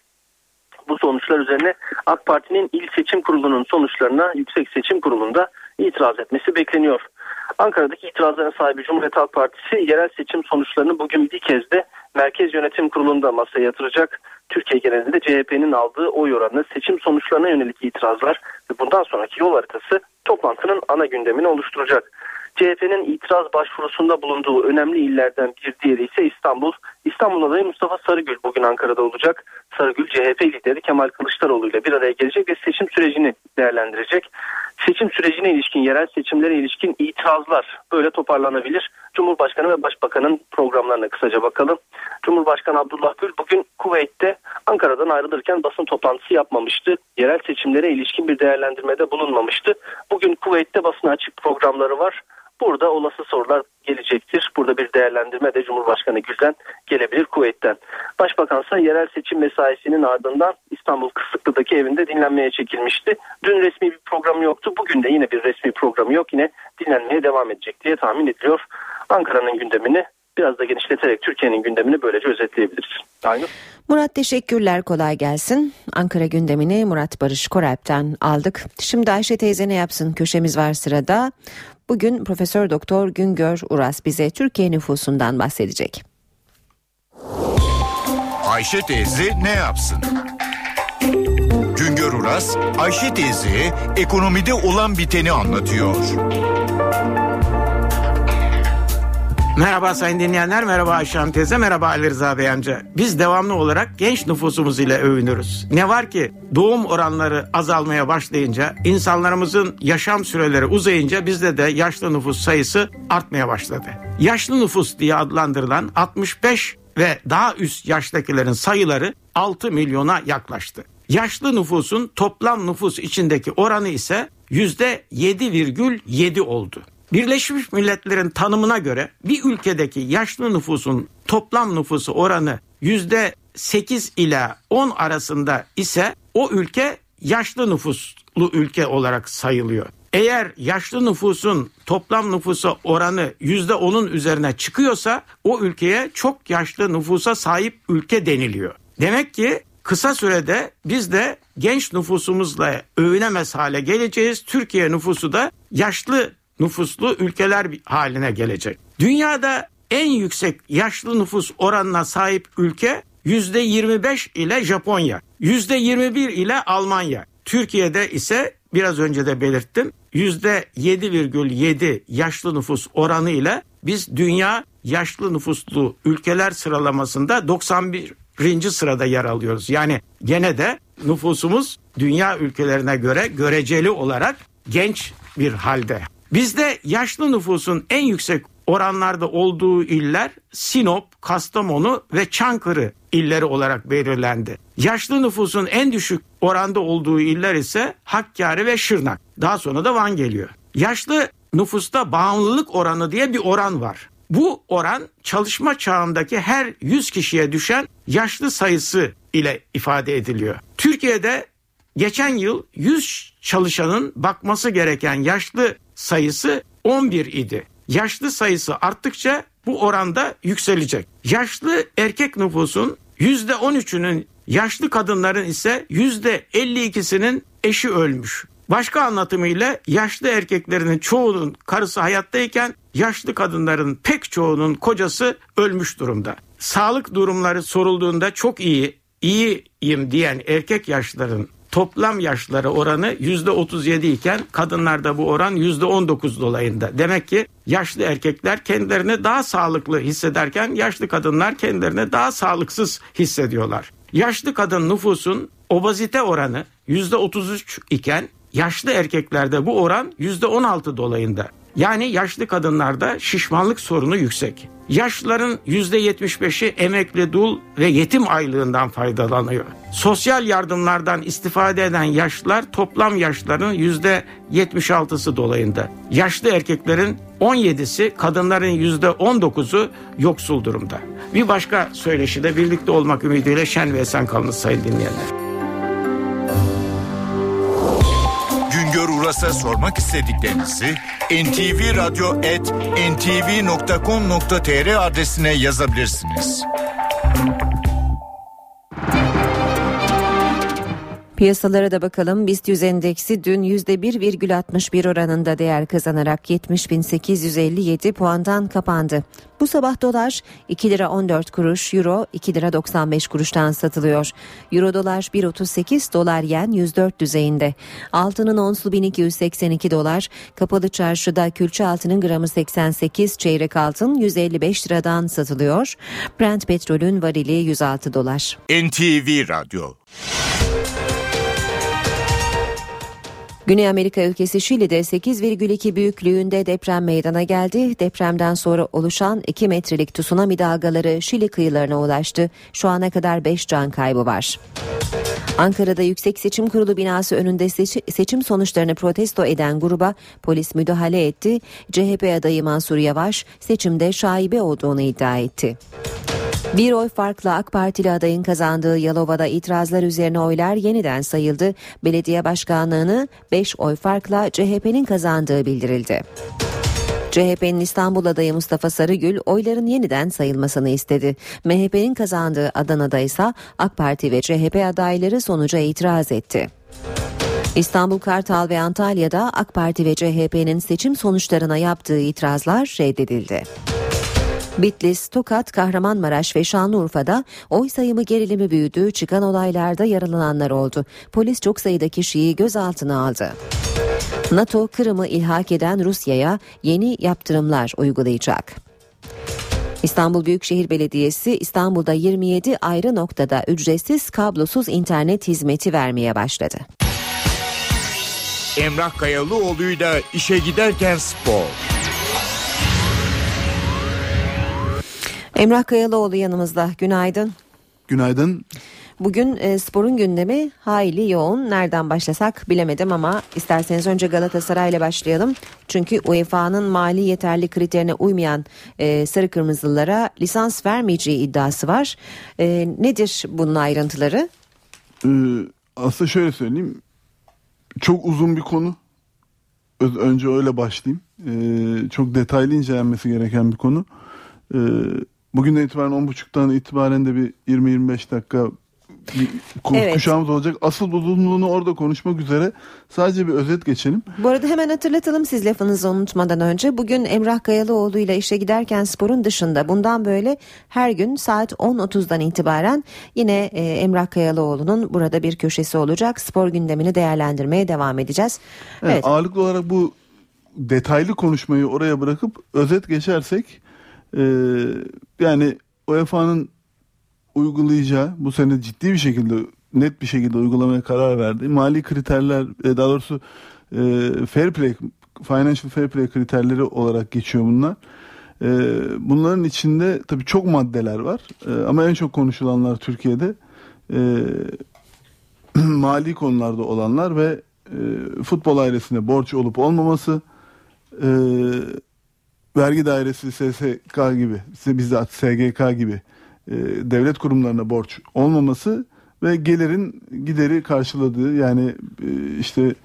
Bu sonuçlar üzerine AK Parti'nin İl Seçim Kurulu'nun sonuçlarına Yüksek Seçim Kurulu'nda itiraz etmesi bekleniyor. Ankara'daki itirazların sahibi Cumhuriyet Halk Partisi yerel seçim sonuçlarını bugün bir kez de Merkez Yönetim Kurulu'nda masaya yatıracak. Türkiye genelinde C H P'nin aldığı oy oranı, seçim sonuçlarına yönelik itirazlar ve bundan sonraki yol haritası toplantının ana gündemini oluşturacak. C H P'nin itiraz başvurusunda bulunduğu önemli illerden bir diğeri ise İstanbul. İstanbul adayı Mustafa Sarıgül bugün Ankara'da olacak. Sarıgül C H P lideri Kemal Kılıçdaroğlu ile bir araya gelecek ve seçim sürecini değerlendirecek. Seçim sürecine ilişkin, yerel seçimlere ilişkin itirazlar böyle toparlanabilir. Cumhurbaşkanı ve Başbakan'ın programlarına kısaca bakalım. Cumhurbaşkanı Abdullah Gül bugün Kuveyt'te Ankara'dan ayrılırken basın toplantısı yapmamıştı. Yerel seçimlere ilişkin bir değerlendirmede bulunmamıştı. Bugün Kuveyt'te basına açık programları var. Burada olası sorular gelecektir. Burada bir değerlendirme de Cumhurbaşkanı Gül'den gelebilir Kuveyt'ten. Başbakan ise yerel seçim mesaisinin ardından İstanbul Kısıklı'daki evinde dinlenmeye çekilmişti. Dün resmi bir programı yoktu. Bugün de yine bir resmi programı yok. Yine dinlenmeye devam edecek diye tahmin ediliyor. Ankara'nın gündemini biraz da genişleterek Türkiye'nin gündemini böylece özetleyebiliriz. Aynı. Murat teşekkürler, kolay gelsin. Ankara gündemini Murat Barış Koralp'ten aldık. Şimdi Ayşe teyze ne yapsın köşemiz var sırada. Bugün Profesör Doktor Güngör Uras bize Türkiye nüfusundan bahsedecek. Ayşe teyze ne yapsın? Güngör Uras, Ayşe teyze ekonomide olan biteni anlatıyor. Merhaba sayın dinleyenler, merhaba Ayşe Hanım teyze, merhaba Ali Rıza Bey amca. Biz devamlı olarak genç nüfusumuz ile övünürüz. Ne var ki doğum oranları azalmaya başlayınca, insanlarımızın yaşam süreleri uzayınca bizde de yaşlı nüfus sayısı artmaya başladı. Yaşlı nüfus diye adlandırılan altmış beş ve daha üst yaştakilerin sayıları altı milyona yaklaştı. Yaşlı nüfusun toplam nüfus içindeki oranı ise yüzde yedi virgül yedi oldu. Birleşmiş Milletler'in tanımına göre bir ülkedeki yaşlı nüfusun toplam nüfusu oranı yüzde sekiz ila on arasında ise o ülke yaşlı nüfuslu ülke olarak sayılıyor. Eğer yaşlı nüfusun toplam nüfusa oranı yüzde onun üzerine çıkıyorsa o ülkeye çok yaşlı nüfusa sahip ülke deniliyor. Demek ki kısa sürede biz de genç nüfusumuzla övünemez hale geleceğiz. Türkiye nüfusu da yaşlı nüfuslu ülkeler haline gelecek. Dünyada en yüksek yaşlı nüfus oranına sahip ülke yüzde yirmi beş ile Japonya, yüzde yirmi bir ile Almanya. Türkiye'de ise biraz önce de belirttim, yüzde yedi virgül yedi yaşlı nüfus oranı ile biz dünya yaşlı nüfuslu ülkeler sıralamasında doksan birinci sırada yer alıyoruz. Yani gene de nüfusumuz dünya ülkelerine göre göreceli olarak genç bir halde. Bizde yaşlı nüfusun en yüksek oranlarda olduğu iller Sinop, Kastamonu ve Çankırı illeri olarak belirlendi. Yaşlı nüfusun en düşük oranda olduğu iller ise Hakkari ve Şırnak. Daha sonra da Van geliyor. Yaşlı nüfusta bağımlılık oranı diye bir oran var. Bu oran çalışma çağındaki her yüz kişiye düşen yaşlı sayısı ile ifade ediliyor. Türkiye'de geçen yıl yüz çalışanın bakması gereken yaşlı sayısı on bir idi. Yaşlı sayısı arttıkça bu oranda yükselecek. Yaşlı erkek nüfusun yüzde on üçünün, yaşlı kadınların ise yüzde elli ikisinin eşi ölmüş. Başka anlatımıyla yaşlı erkeklerin çoğunun karısı hayattayken yaşlı kadınların pek çoğunun kocası ölmüş durumda. Sağlık durumları sorulduğunda çok iyi, iyiyim diyen erkek yaşlıların toplam yaşları oranı yüzde otuz yedi iken kadınlarda bu oran yüzde on dokuz dolayında. Demek ki yaşlı erkekler kendilerini daha sağlıklı hissederken yaşlı kadınlar kendilerini daha sağlıksız hissediyorlar. Yaşlı kadın nüfusun obezite oranı yüzde otuz üç iken yaşlı erkeklerde bu oran yüzde on altı dolayında. Yani yaşlı kadınlarda şişmanlık sorunu yüksek. Yaşlıların yüzde yetmiş beşi emekli, dul ve yetim aylığından faydalanıyor. Sosyal yardımlardan istifade eden yaşlılar toplam yaşlıların yüzde yetmiş altısı dolayında. Yaşlı erkeklerin on yedisi, kadınların yüzde on dokuzu yoksul durumda. Bir başka söyleşide birlikte olmak ümidiyle şen ve esen kalınız sayın dinleyenler. Güngör Uras'a sormak istediklerinizi en ti vi radyo at en ti vi nokta com nokta te er adresine yazabilirsiniz. Piyasalara da bakalım. BIST yüz endeksi dün yüzde bir virgül altmış bir oranında değer kazanarak yetmiş bin sekiz yüz elli yedi puandan kapandı. Bu sabah dolar iki lira on dört kuruş, euro iki lira doksan beş kuruştan satılıyor. Euro dolar bir otuz sekiz, dolar yen yüz dört düzeyinde. Altının onsu bin iki yüz seksen iki dolar. Kapalı çarşıda külçe altının gramı seksen sekiz, çeyrek altın yüz elli beş liradan satılıyor. Brent petrolün varili yüz altı dolar. en ti vi Radyo. Güney Amerika ülkesi Şili'de sekiz virgül iki büyüklüğünde deprem meydana geldi. Depremden sonra oluşan iki metrelik tsunami dalgaları Şili kıyılarına ulaştı. Şu ana kadar beş can kaybı var. Ankara'da Yüksek Seçim Kurulu binası önünde seçim sonuçlarını protesto eden gruba polis müdahale etti. C H P adayı Mansur Yavaş seçimde şaibe olduğunu iddia etti. Bir oy farkla AK Partili adayın kazandığı Yalova'da itirazlar üzerine oylar yeniden sayıldı. Belediye başkanlığını beş oy farkla C H P'nin kazandığı bildirildi. C H P'nin İstanbul adayı Mustafa Sarıgül oyların yeniden sayılmasını istedi. M H P'nin kazandığı Adana'da ise AK Parti ve C H P adayları sonuca itiraz etti. İstanbul, Kartal ve Antalya'da AK Parti ve C H P'nin seçim sonuçlarına yaptığı itirazlar reddedildi. Bitlis, Tokat, Kahramanmaraş ve Şanlıurfa'da oy sayımı gerilimi büyüdü, çıkan olaylarda yaralananlar oldu. Polis çok sayıda kişiyi gözaltına aldı. NATO, Kırım'ı ilhak eden Rusya'ya yeni yaptırımlar uygulayacak. İstanbul Büyükşehir Belediyesi İstanbul'da yirmi yedi ayrı noktada ücretsiz kablosuz internet hizmeti vermeye başladı. Emrah Kayalıoğlu'yla işe giderken spor. Emrah Kayalıoğlu yanımızda. Günaydın. Günaydın. Bugün e, sporun gündemi hayli yoğun. Nereden başlasak bilemedim ama isterseniz önce Galatasaray ile başlayalım. Çünkü U E F A'nın mali yeterli kriterine uymayan e, sarı kırmızılılara lisans vermeyeceği iddiası var. E, nedir bunun ayrıntıları? Ee, aslında şöyle söyleyeyim. Çok uzun bir konu. Önce öyle başlayayım. Ee, çok detaylı incelenmesi gereken bir konu. Ee, bugünden itibaren on buçuktan itibaren de bir yirmi yirmi beş dakika evet. kuşağımız olacak. Asıl uzunluğunu orada konuşmak üzere sadece bir özet geçelim. Bu arada hemen hatırlatalım siz lafınızı unutmadan önce. Bugün Emrah Kayalıoğlu ile işe giderken sporun dışında bundan böyle her gün saat on otuzdan itibaren yine e, Emrah Kayalıoğlu'nun burada bir köşesi olacak. Spor gündemini değerlendirmeye devam edeceğiz. Evet, evet. Ağırlıklı olarak bu detaylı konuşmayı oraya bırakıp özet geçersek e, yani U E F A'nın uygulayacağı, bu sene ciddi bir şekilde, net bir şekilde uygulamaya karar verdi. Mali kriterler, daha doğrusu e, fair play, financial fair play kriterleri olarak geçiyor bunlar. E, bunların içinde tabii çok maddeler var. E, ama en çok konuşulanlar Türkiye'de e, mali konularda olanlar ve e, futbol ailesinde borç olup olmaması, e, vergi dairesi S S K gibi, bizzat S G K gibi devlet kurumlarına borç olmaması ve gelirin gideri karşıladığı, yani işte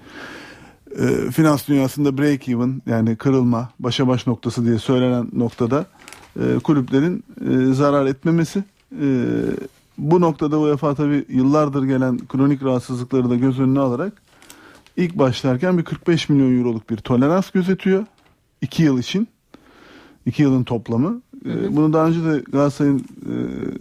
e, finans dünyasında break even, yani kırılma, başa baş noktası diye söylenen noktada e, kulüplerin e, zarar etmemesi. E, bu noktada U E F A tabii yıllardır gelen kronik rahatsızlıkları da göz önüne alarak ilk başlarken bir kırk beş milyon euroluk bir tolerans gözetiyor iki yıl için. iki yılın toplamı. Hı hı. Bunu daha önce de Galatasaray'ın e,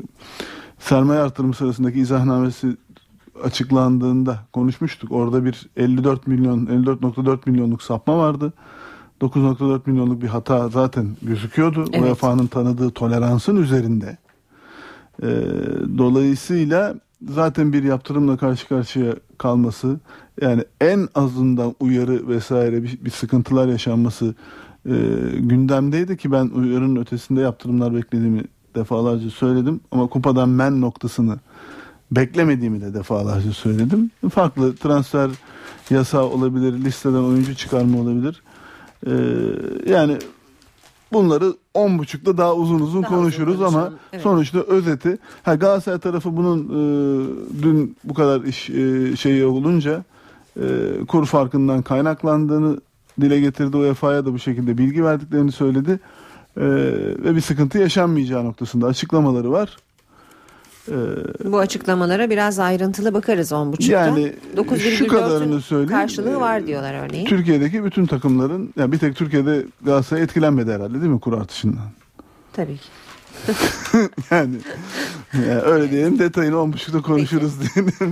sermaye artırımı sırasındaki izahnamesi açıklandığında konuşmuştuk. Orada bir elli dört milyon, elli dört nokta dört milyonluk sapma vardı. dokuz nokta dört milyonluk bir hata zaten gözüküyordu. Evet. U E F A'nın tanıdığı toleransın üzerinde. E, dolayısıyla zaten bir yaptırımla karşı karşıya kalması, yani en azından uyarı vesaire bir, bir sıkıntılar yaşanması E, gündemdeydi ki ben uyarının ötesinde yaptırımlar beklediğimi defalarca söyledim. Ama kupadan men noktasını beklemediğimi de defalarca söyledim. Farklı transfer yasağı olabilir, listeden oyuncu çıkarma olabilir. E, yani bunları on buçukta daha uzun uzun daha konuşuruz uzun ama evet. Sonuçta özeti. Ha, Galatasaray tarafı bunun e, dün bu kadar iş e, şeyi olunca e, kur farkından kaynaklandığını dile getirdi. U E F A'ya da bu şekilde bilgi verdiklerini söyledi. Ee, ve bir sıkıntı yaşanmayacağı noktasında açıklamaları var. Ee, bu açıklamalara biraz ayrıntılı bakarız on buçukta. Yani şu kadarını söyleyeyim. Karşılığı var diyorlar örneğin. Türkiye'deki bütün takımların, yani bir tek Türkiye'de Galatasaray etkilenmedi herhalde değil mi kur artışından? Tabii ki. yani, yani öyle diyelim, detayını on buçukta konuşuruz diyelim.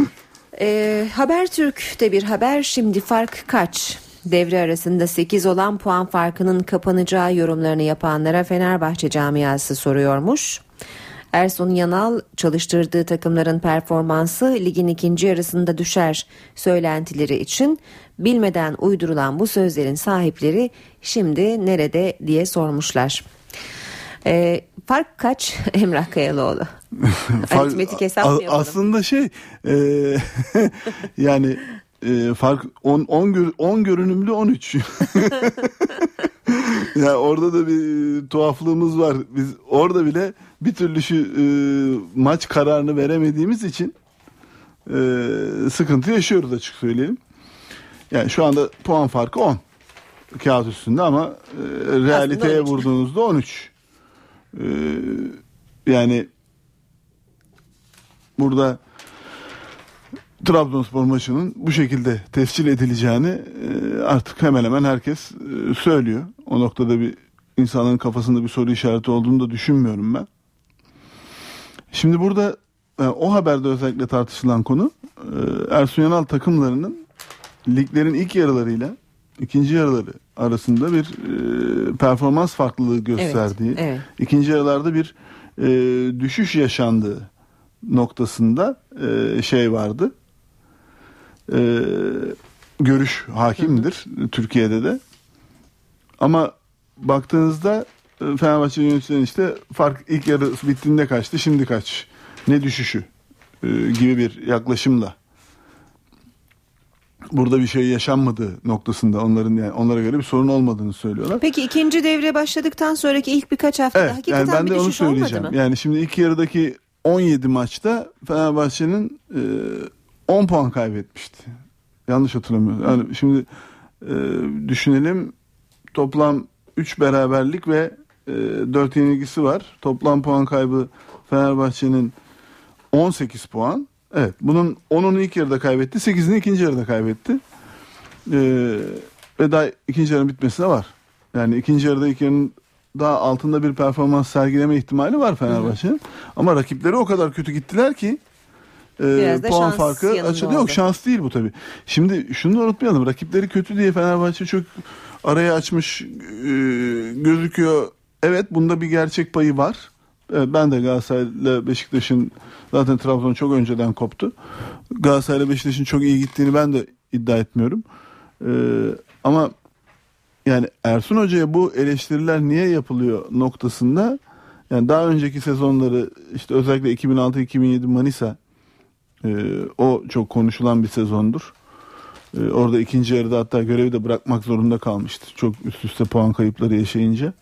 Ee, Habertürk'te bir haber, şimdi fark kaç? Devre arasında sekiz olan puan farkının kapanacağı yorumlarını yapanlara Fenerbahçe camiası soruyormuş. Ersun Yanal, çalıştırdığı takımların performansı ligin ikinci yarısında düşer söylentileri için bilmeden uydurulan bu sözlerin sahipleri şimdi nerede diye sormuşlar. Ee, fark kaç Emrah Kayalıoğlu? Aritmetik hesap mı yapalım? Aslında şey e, yani e, fark on, on, gör, on görünümlü on üç. Yani orada da bir tuhaflığımız var. Biz orada bile bir türlü şu e, maç kararını veremediğimiz için e, sıkıntı yaşıyoruz, açık söyleyelim. Yani şu anda puan farkı on. kağıt üstünde ama e, realiteye vurduğunuzda on üç. E, yani burada Trabzonspor maçının bu şekilde tescil edileceğini e, artık hemen hemen herkes e, söylüyor. O noktada bir insanların kafasında bir soru işareti olduğunu da düşünmüyorum ben. Şimdi burada e, o haberde özellikle tartışılan konu e, Ersun Yanal takımlarının liglerin ilk yarılarıyla ikinci yarıları arasında bir e, performans farklılığı gösterdiği, evet, evet. ikinci yarılarda bir e, düşüş yaşandığı noktasında e, şey vardı. E, görüş hakimdir hı hı. Türkiye'de de. Ama baktığınızda e, Fenerbahçe yöneticilerin işte fark ilk yarı bittiğinde kaçtı, şimdi kaç? Ne düşüşü e, gibi bir yaklaşımla burada bir şey yaşanmadığı noktasında onların yani onlara göre bir sorun olmadığını söylüyorlar. Peki ikinci devre başladıktan sonraki ilk birkaç haftada evet, hakikaten yani ben bir de onu düşüş olmadı söyleyeceğim. mı? Yani şimdi ilk yarıdaki on yedi maçta Fenerbahçe'nin e, on puan kaybetmişti. Yanlış hatırlamıyorum. Yani şimdi e, düşünelim, toplam üç beraberlik ve e, dört yenilgisi var. Toplam puan kaybı Fenerbahçe'nin on sekiz puan. Evet, bunun onunu ilk yarıda kaybetti, sekizini ikinci yarıda kaybetti. Ee, ve daha ikinci yarının bitmesine var. Yani ikinci yarıda ilk yarının daha altında bir performans sergileme ihtimali var Fenerbahçe'nin. Ama rakipleri o kadar kötü gittiler ki e, puan farkı açıldı. Yok, şans değil bu tabii. Şimdi şunu da unutmayalım. Rakipleri kötü diye Fenerbahçe çok araya açmış e, gözüküyor. Evet, bunda bir gerçek payı var. Evet, ben de Galatasaray'la Beşiktaş'ın, zaten Trabzon çok önceden koptu. Galatasaray'la Beşiktaş'ın çok iyi gittiğini ben de iddia etmiyorum. Ee, ama yani Ersun Hoca'ya bu eleştiriler niye yapılıyor noktasında, yani daha önceki sezonları işte özellikle iki bin altı iki bin yedi Manisa e, o çok konuşulan bir sezondur. E, orada ikinci yarıda hatta görevi de bırakmak zorunda kalmıştı. Çok üst üste puan kayıpları yaşayınca.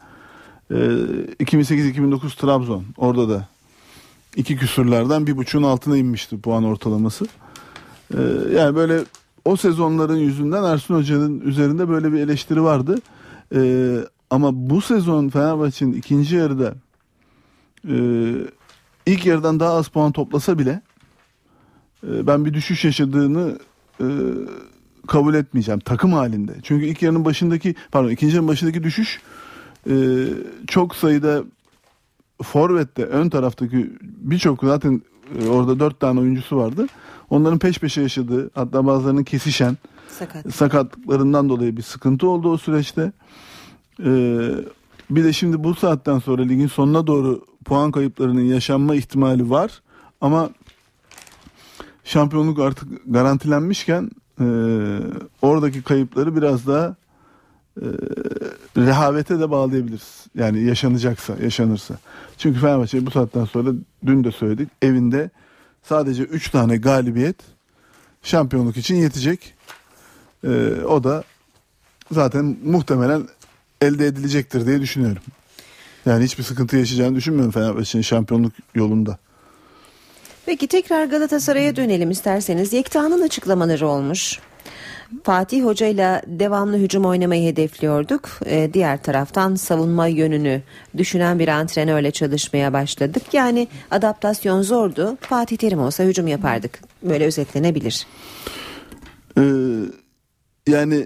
iki bin sekiz iki bin dokuz Trabzon, orada da iki küsurlardan bir buçuğun altına inmişti puan ortalaması. Ee, yani böyle o sezonların yüzünden Ersun Hoca'nın üzerinde böyle bir eleştiri vardı. Ee, ama bu sezon Fenerbahçe'nin ikinci yarıda e, ilk yarıdan daha az puan toplasa bile e, ben bir düşüş yaşadığını e, kabul etmeyeceğim takım halinde. Çünkü ilk yarının başındaki pardon ikinci yarının başındaki düşüş Ee, çok sayıda forvette, ön taraftaki birçok, zaten e, orada dört tane oyuncusu vardı. Onların peş peşe yaşadığı, hatta bazılarının kesişen Sakat. sakatlıklarından dolayı bir sıkıntı oldu o süreçte. Ee, bir de şimdi bu saatten sonra ligin sonuna doğru puan kayıplarının yaşanma ihtimali var. Ama şampiyonluk artık garantilenmişken e, oradaki kayıpları biraz daha e, rehavete de bağlayabiliriz. Yani yaşanacaksa, yaşanırsa. Çünkü Fenerbahçe bu saatten sonra, dün de söyledik, evinde sadece üç tane galibiyet şampiyonluk için yetecek. Ee, o da zaten muhtemelen elde edilecektir diye düşünüyorum. Yani hiçbir sıkıntı yaşayacağını düşünmüyorum Fenerbahçe'nin şampiyonluk yolunda. Peki tekrar Galatasaray'a dönelim isterseniz. Yekta'nın açıklamaları olmuş. Fatih Hoca ile devamlı hücum oynamayı hedefliyorduk. Ee, diğer taraftan savunma yönünü düşünen bir antrenörle çalışmaya başladık. Yani adaptasyon zordu. Fatih Terim olsa hücum yapardık. Böyle özetlenebilir. Ee, yani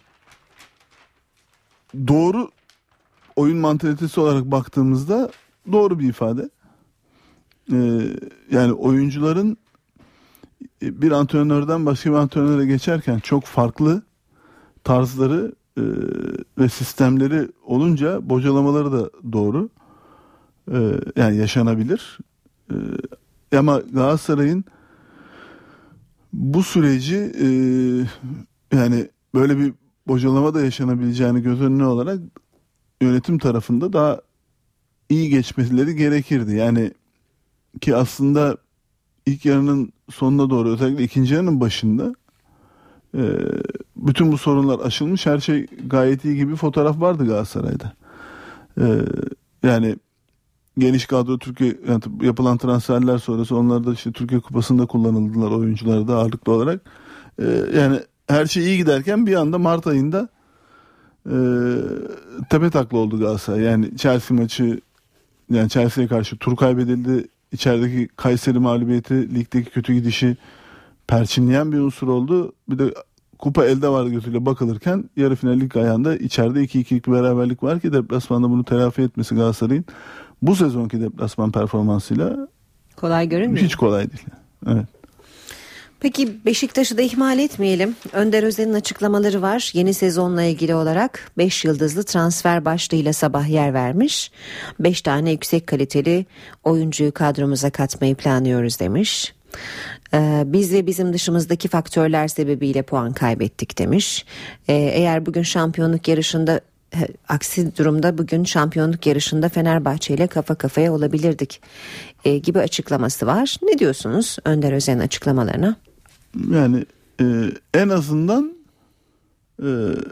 doğru oyun mantalitesi olarak baktığımızda doğru bir ifade. Ee, yani oyuncuların bir antrenörden başka bir antrenöre geçerken çok farklı tarzları e, ve sistemleri olunca bocalamaları da doğru. E, yani yaşanabilir. E, ama Galatasaray'ın bu süreci e, yani böyle bir bocalama da yaşanabileceğini göz önüne alarak yönetim tarafında daha iyi geçmeleri gerekirdi. Yani ki aslında İlk yarının sonuna doğru, özellikle ikinci yarının başında e, bütün bu sorunlar aşılmış, her şey gayet iyi gibi bir fotoğraf vardı Galatasaray'da. E, yani geniş kadro, Türkiye yani yapılan transferler sonrası onlar da işte Türkiye Kupası'nda kullanıldılar, oyuncular da ağırlıklı olarak. E, yani her şey iyi giderken bir anda Mart ayında e, tepe takla oldu Galatasaray. Yani Chelsea maçı, yani Chelsea'ye karşı tur kaybedildi. İçerideki Kayseri mağlubiyeti, ligdeki kötü gidişi perçinleyen bir unsur oldu. Bir de kupa elde var gözüyle bakılırken yarı finallik ayağında içeride iki ikilik bir beraberlik var ki deplasmanda bunu telafi etmesi Galatasaray'ın bu sezonki deplasman performansıyla kolay görünmüyor. Hiç kolay değil. Evet. Peki Beşiktaş'ı da ihmal etmeyelim. Önder Özen'in açıklamaları var. Yeni sezonla ilgili olarak beş yıldızlı transfer başlığıyla sabah yer vermiş. beş tane yüksek kaliteli oyuncuyu kadromuza katmayı planlıyoruz demiş. Ee, biz ve bizim dışımızdaki faktörler sebebiyle puan kaybettik demiş. Ee, eğer bugün şampiyonluk yarışında aksi durumda bugün şampiyonluk yarışında Fenerbahçe ile kafa kafaya olabilirdik e, gibi açıklaması var. Ne diyorsunuz Önder Özen'in açıklamalarına? Yani e, en azından e,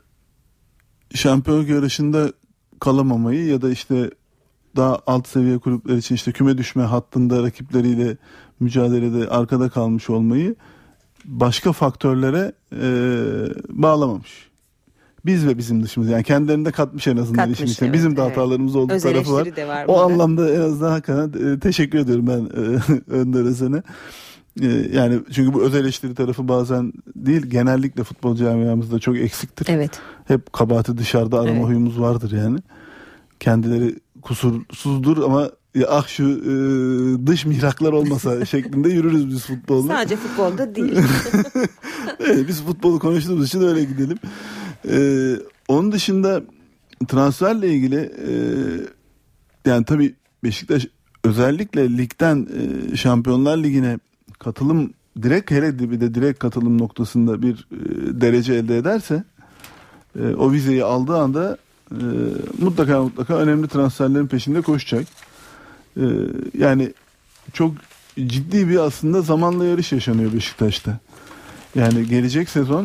şampiyonluk yarışında kalamamayı ya da işte daha alt seviye kulüpler için işte küme düşme hattında rakipleriyle mücadelede arkada kalmış olmayı başka faktörlere e, bağlamamış. Biz ve bizim dışımız, yani kendilerinde katmış en azından katmış, işin içine. Evet, bizim de evet. hatalarımız olduğu Öz tarafı var. var o burada. anlamda en azından hakikaten e, teşekkür ediyorum ben e, Önder Özen'e. E, yani çünkü bu öz eleştiri tarafı bazen değil, genellikle futbol camiamızda çok eksiktir. Evet. Hep kabahati dışarıda arama evet. huyumuz vardır yani. Kendileri kusursuzdur ama ya ah şu e, dış mihraklar olmasa şeklinde yürürüz biz futbolda. Sadece futbolda değil. Evet, biz futbolu konuştuğumuz için öyle gidelim. Ee, onun dışında transferle ilgili e, yani tabii Beşiktaş özellikle ligden e, Şampiyonlar Ligi'ne katılım direkt, hele bir de direkt katılım noktasında bir e, derece elde ederse e, o vizeyi aldığı anda e, mutlaka mutlaka önemli transferlerin peşinde koşacak. E, yani çok ciddi bir aslında zamanla yarış yaşanıyor Beşiktaş'ta. Yani gelecek sezon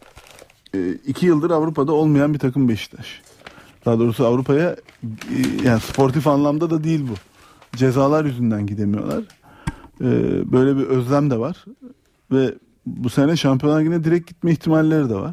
iki yıldır Avrupa'da olmayan bir takım Beşiktaş. Daha doğrusu Avrupa'ya yani sportif anlamda da değil bu. Cezalar yüzünden gidemiyorlar. Böyle bir özlem de var. Ve bu sene Şampiyonlar Ligi'ne direkt gitme ihtimalleri de var.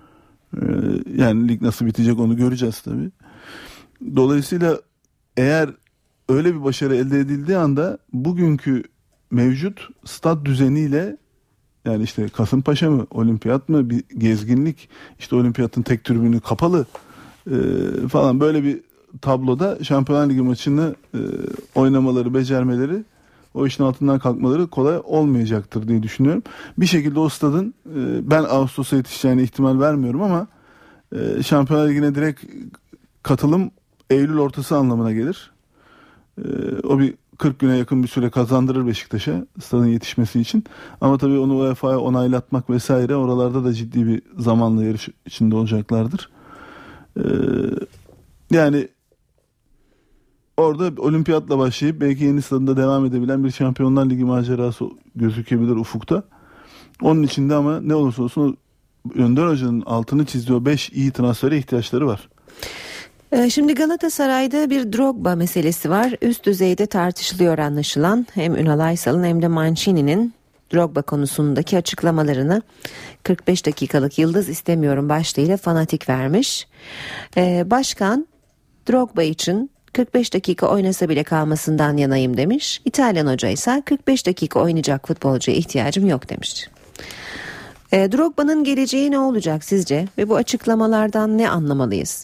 Yani lig nasıl bitecek onu göreceğiz tabii. Dolayısıyla eğer öyle bir başarı elde edildiği anda bugünkü mevcut stat düzeniyle, yani işte Kasımpaşa mı, olimpiyat mı, bir gezginlik, işte olimpiyatın tek tribünü kapalı e, falan, böyle bir tabloda Şampiyonlar Ligi maçını e, oynamaları, becermeleri, o işin altından kalkmaları kolay olmayacaktır diye düşünüyorum. Bir şekilde o stadın e, ben Ağustos'a yetişeceğine ihtimal vermiyorum ama e, Şampiyonlar Ligi'ne direkt katılım Eylül ortası anlamına gelir. E, o bir kırk güne yakın bir süre kazandırır Beşiktaş'a stadın yetişmesi için. Ama tabii onu U E F A'ya onaylatmak vesaire, oralarda da ciddi bir zamanla yarış içinde olacaklardır. Ee, yani orada olimpiyatla başlayıp belki yeni stadında devam edebilen bir Şampiyonlar Ligi macerası gözükebilir ufukta. Onun içinde ama ne olursa olsun Önder Hoca'nın altını çizdiği o beş iyi transfere ihtiyaçları var. Şimdi Galatasaray'da bir Drogba meselesi var. Üst düzeyde tartışılıyor anlaşılan. Hem Ünal Aysal'ın hem de Mancini'nin Drogba konusundaki açıklamalarını kırk beş dakikalık yıldız istemiyorum başlığıyla Fanatik vermiş. Ee, başkan Drogba için kırk beş dakika oynasa bile kalmasından yanayım demiş. İtalyan hoca ise kırk beş dakika oynayacak futbolcuya ihtiyacım yok demiş. Ee, Drogba'nın geleceği ne olacak sizce ve bu açıklamalardan ne anlamalıyız?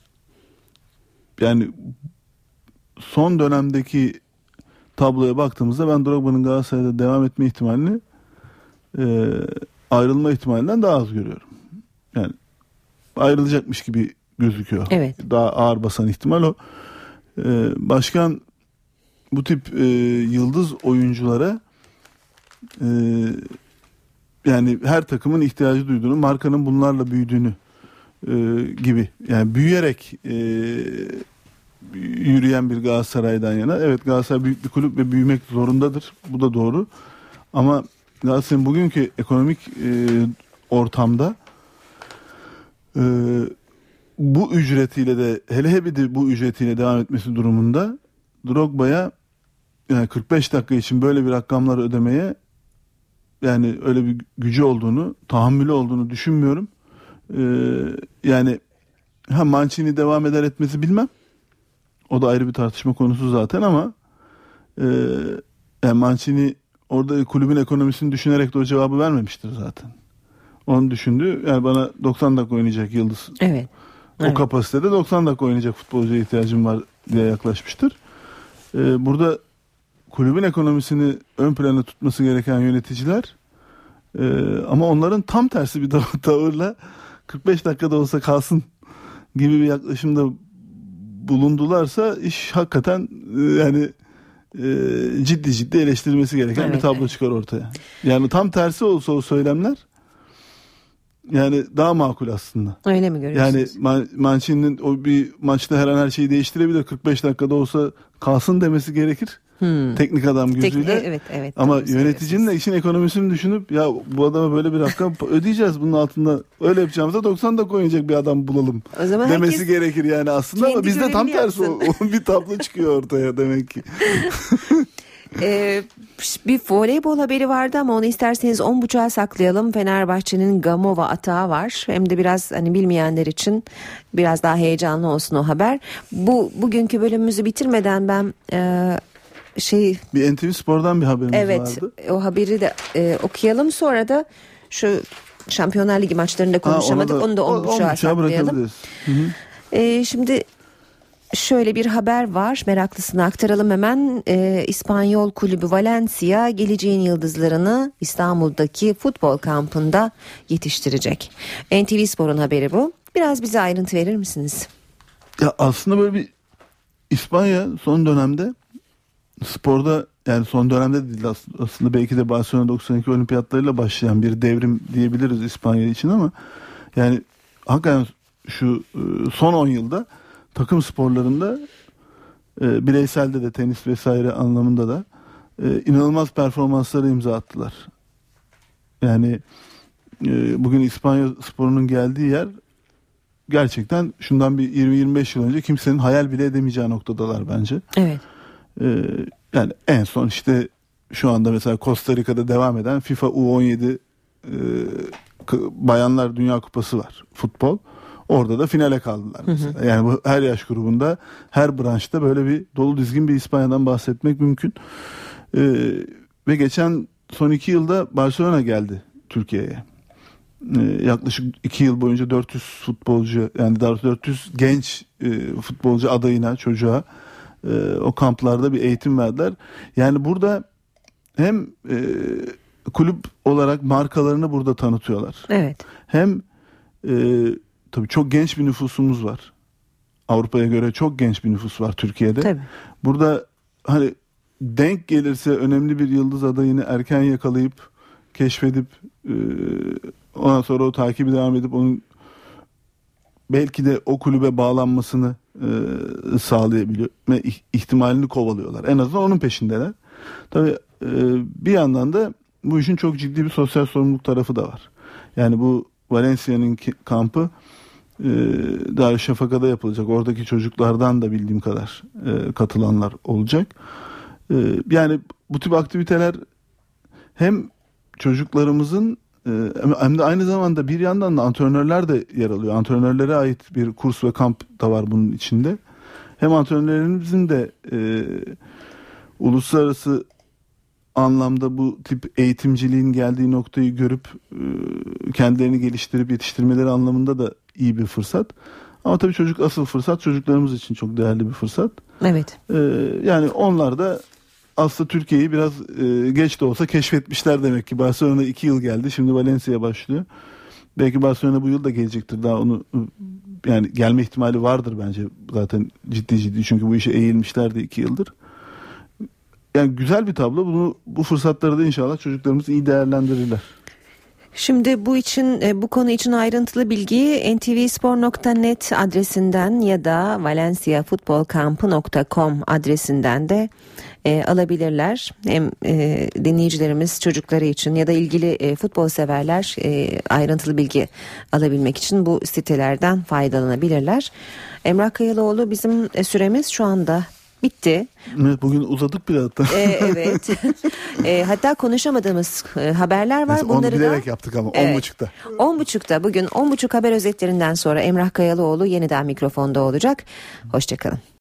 Yani son dönemdeki tabloya baktığımızda ben Drogba'nın Galatasaray'da devam etme ihtimalini e, ayrılma ihtimalinden daha az görüyorum. Yani ayrılacakmış gibi gözüküyor. Evet. Daha ağır basan ihtimal o. E, başkan bu tip e, yıldız oyunculara e, yani her takımın ihtiyacı duyduğunu, markanın bunlarla büyüdüğünü e, gibi, yani büyüyerek e, yürüyen bir Galatasaray'dan yana. Evet, Galatasaray büyük bir kulüp ve büyümek zorundadır. Bu da doğru. Ama Galatasaray'ın bugünkü ekonomik e, ortamda e, bu ücretiyle de hele hele de bu ücretiyle devam etmesi durumunda Drogba'ya yani kırk beş dakika için böyle bir rakamlar ödemeye, yani öyle bir gücü olduğunu, tahammülü olduğunu düşünmüyorum. Ee, yani ha Mancini devam eder etmesi bilmem. O da ayrı bir tartışma konusu zaten ama e, yani Mancini orada kulübün ekonomisini düşünerek de o cevabı vermemiştir zaten. Onu düşündü. Yani bana doksan dakika oynayacak yıldız. Evet. O evet. kapasitede doksan dakika oynayacak futbolcuya ihtiyacım var diye yaklaşmıştır. Ee, burada kulübün ekonomisini ön plana tutması gereken yöneticiler e, ama onların tam tersi bir tavırla kırk beş dakikada olsa kalsın gibi bir yaklaşımda bulundularsa iş hakikaten e, yani e, ciddi ciddi eleştirilmesi gereken evet, bir tablo evet. çıkar ortaya. Yani tam tersi olsa o söylemler yani daha makul aslında. Öyle mi görüyorsunuz? Yani Mancini'nin o bir maçta her an her şeyi değiştirebilir. kırk beş dakikada olsa kalsın demesi gerekir. Hmm. Teknik adam gözüyle. Teknik, evet, evet, ama yöneticinin de işin ekonomisini düşünüp ya bu adama böyle bir rakam ödeyeceğiz bunun altında. Öyle yapacağımızda doksan dakika oynayacak bir adam bulalım demesi gerekir yani aslında ama bizde tam tersi o, o bir tablo çıkıyor ortaya demek ki. Ee, bir voleybol haberi vardı ama onu isterseniz on buçuğa saklayalım. Fenerbahçe'nin Gamova atağı var. Hem de biraz hani bilmeyenler için biraz daha heyecanlı olsun o haber. Bu bugünkü bölümümüzü bitirmeden ben e, şey bir N T V Spor'dan bir haberimiz evet, vardı. Evet, o haberi de e, okuyalım. Sonra da şu Şampiyonlar Ligi maçlarında konuşamadık. Ha, onu da on buçuğa saklayalım. Hı hı. E, şimdi şöyle bir haber var, meraklısına aktaralım hemen. Ee, İspanyol kulübü Valencia geleceğin yıldızlarını İstanbul'daki futbol kampında yetiştirecek. N T V Spor'un haberi bu. Biraz bize ayrıntı verir misiniz? Ya aslında böyle bir İspanya son dönemde sporda, yani son dönemde değil aslında, belki de Barcelona doksan iki olimpiyatlarıyla başlayan bir devrim diyebiliriz İspanya için ama yani hakikaten şu son on yılda takım sporlarında e, bireyselde de tenis vesaire anlamında da e, inanılmaz performanslara imza attılar. Yani e, bugün İspanya sporunun geldiği yer gerçekten şundan bir yirmi yirmi beş yıl önce kimsenin hayal bile edemeyeceği noktadalar bence. Evet. E, yani en son işte şu anda mesela Costa Rica'da devam eden FIFA U on yedi e, Bayanlar Dünya Kupası var, futbol. Orada da finale kaldılar mesela. Hı hı. Yani bu her yaş grubunda, her branşta böyle bir dolu dizgin bir İspanya'dan bahsetmek mümkün. Ee, ve geçen son iki yılda Barcelona geldi Türkiye'ye. Ee, yaklaşık iki yıl boyunca dört yüz futbolcu, yani dört yüz genç e, futbolcu adayına, çocuğa e, o kamplarda bir eğitim verdiler. Yani burada hem e, kulüp olarak markalarını burada tanıtıyorlar. Evet. Hem e, tabii çok genç bir nüfusumuz var. Avrupa'ya göre çok genç bir nüfus var Türkiye'de. Tabii. Burada hani denk gelirse önemli bir yıldız adayını erken yakalayıp keşfedip e, ondan sonra o takibi devam edip onun belki de o kulübe bağlanmasını e, sağlayabiliyor ve ihtimalini kovalıyorlar. En azından onun peşindeler. Tabii e, bir yandan da bu işin çok ciddi bir sosyal sorumluluk tarafı da var. Yani bu Valencia'nın kampı e, Darüşşafaka'da yapılacak. Oradaki çocuklardan da bildiğim kadar e, katılanlar olacak. E, yani bu tip aktiviteler hem çocuklarımızın e, hem de aynı zamanda bir yandan da antrenörler de yer alıyor. Antrenörlere ait bir kurs ve kamp da var bunun içinde. Hem antrenörlerimizin de e, uluslararası anlamda bu tip eğitimciliğin geldiği noktayı görüp e, kendilerini geliştirip yetiştirmeleri anlamında da iyi bir fırsat. Ama tabii çocuk asıl fırsat çocuklarımız için çok değerli bir fırsat. Evet. E, yani onlar da aslında Türkiye'yi biraz e, geç de olsa keşfetmişler demek ki. Barcelona iki yıl geldi. Şimdi Valencia başlıyor. Belki Barcelona bu yıl da gelecektir. Daha onu yani gelme ihtimali vardır bence. Zaten ciddi ciddi, çünkü bu işe eğilmişlerdi iki yıldır. Yani güzel bir tablo. Bunu, bu fırsatları da inşallah çocuklarımız iyi değerlendirirler. Şimdi bu için, bu konu için ayrıntılı bilgiyi en ti vi spor nokta net adresinden ya da valencia futbol kampı nokta com adresinden de e, alabilirler. Hem e, dinleyicilerimiz çocukları için ya da ilgili e, futbol severler e, ayrıntılı bilgi alabilmek için bu sitelerden faydalanabilirler. Emrah Kayalıoğlu, bizim e, süremiz şu anda Bitti. Evet, bugün uzadık bile hatta. Ee, evet. e, hatta konuşamadığımız e, haberler var. Neyse, Bunları onu bilerek da yaptık ama evet. on buçukta. on buçukta bugün on buçuk haber özetlerinden sonra Emrah Kayalıoğlu yeniden mikrofonda olacak. Hoşçakalın.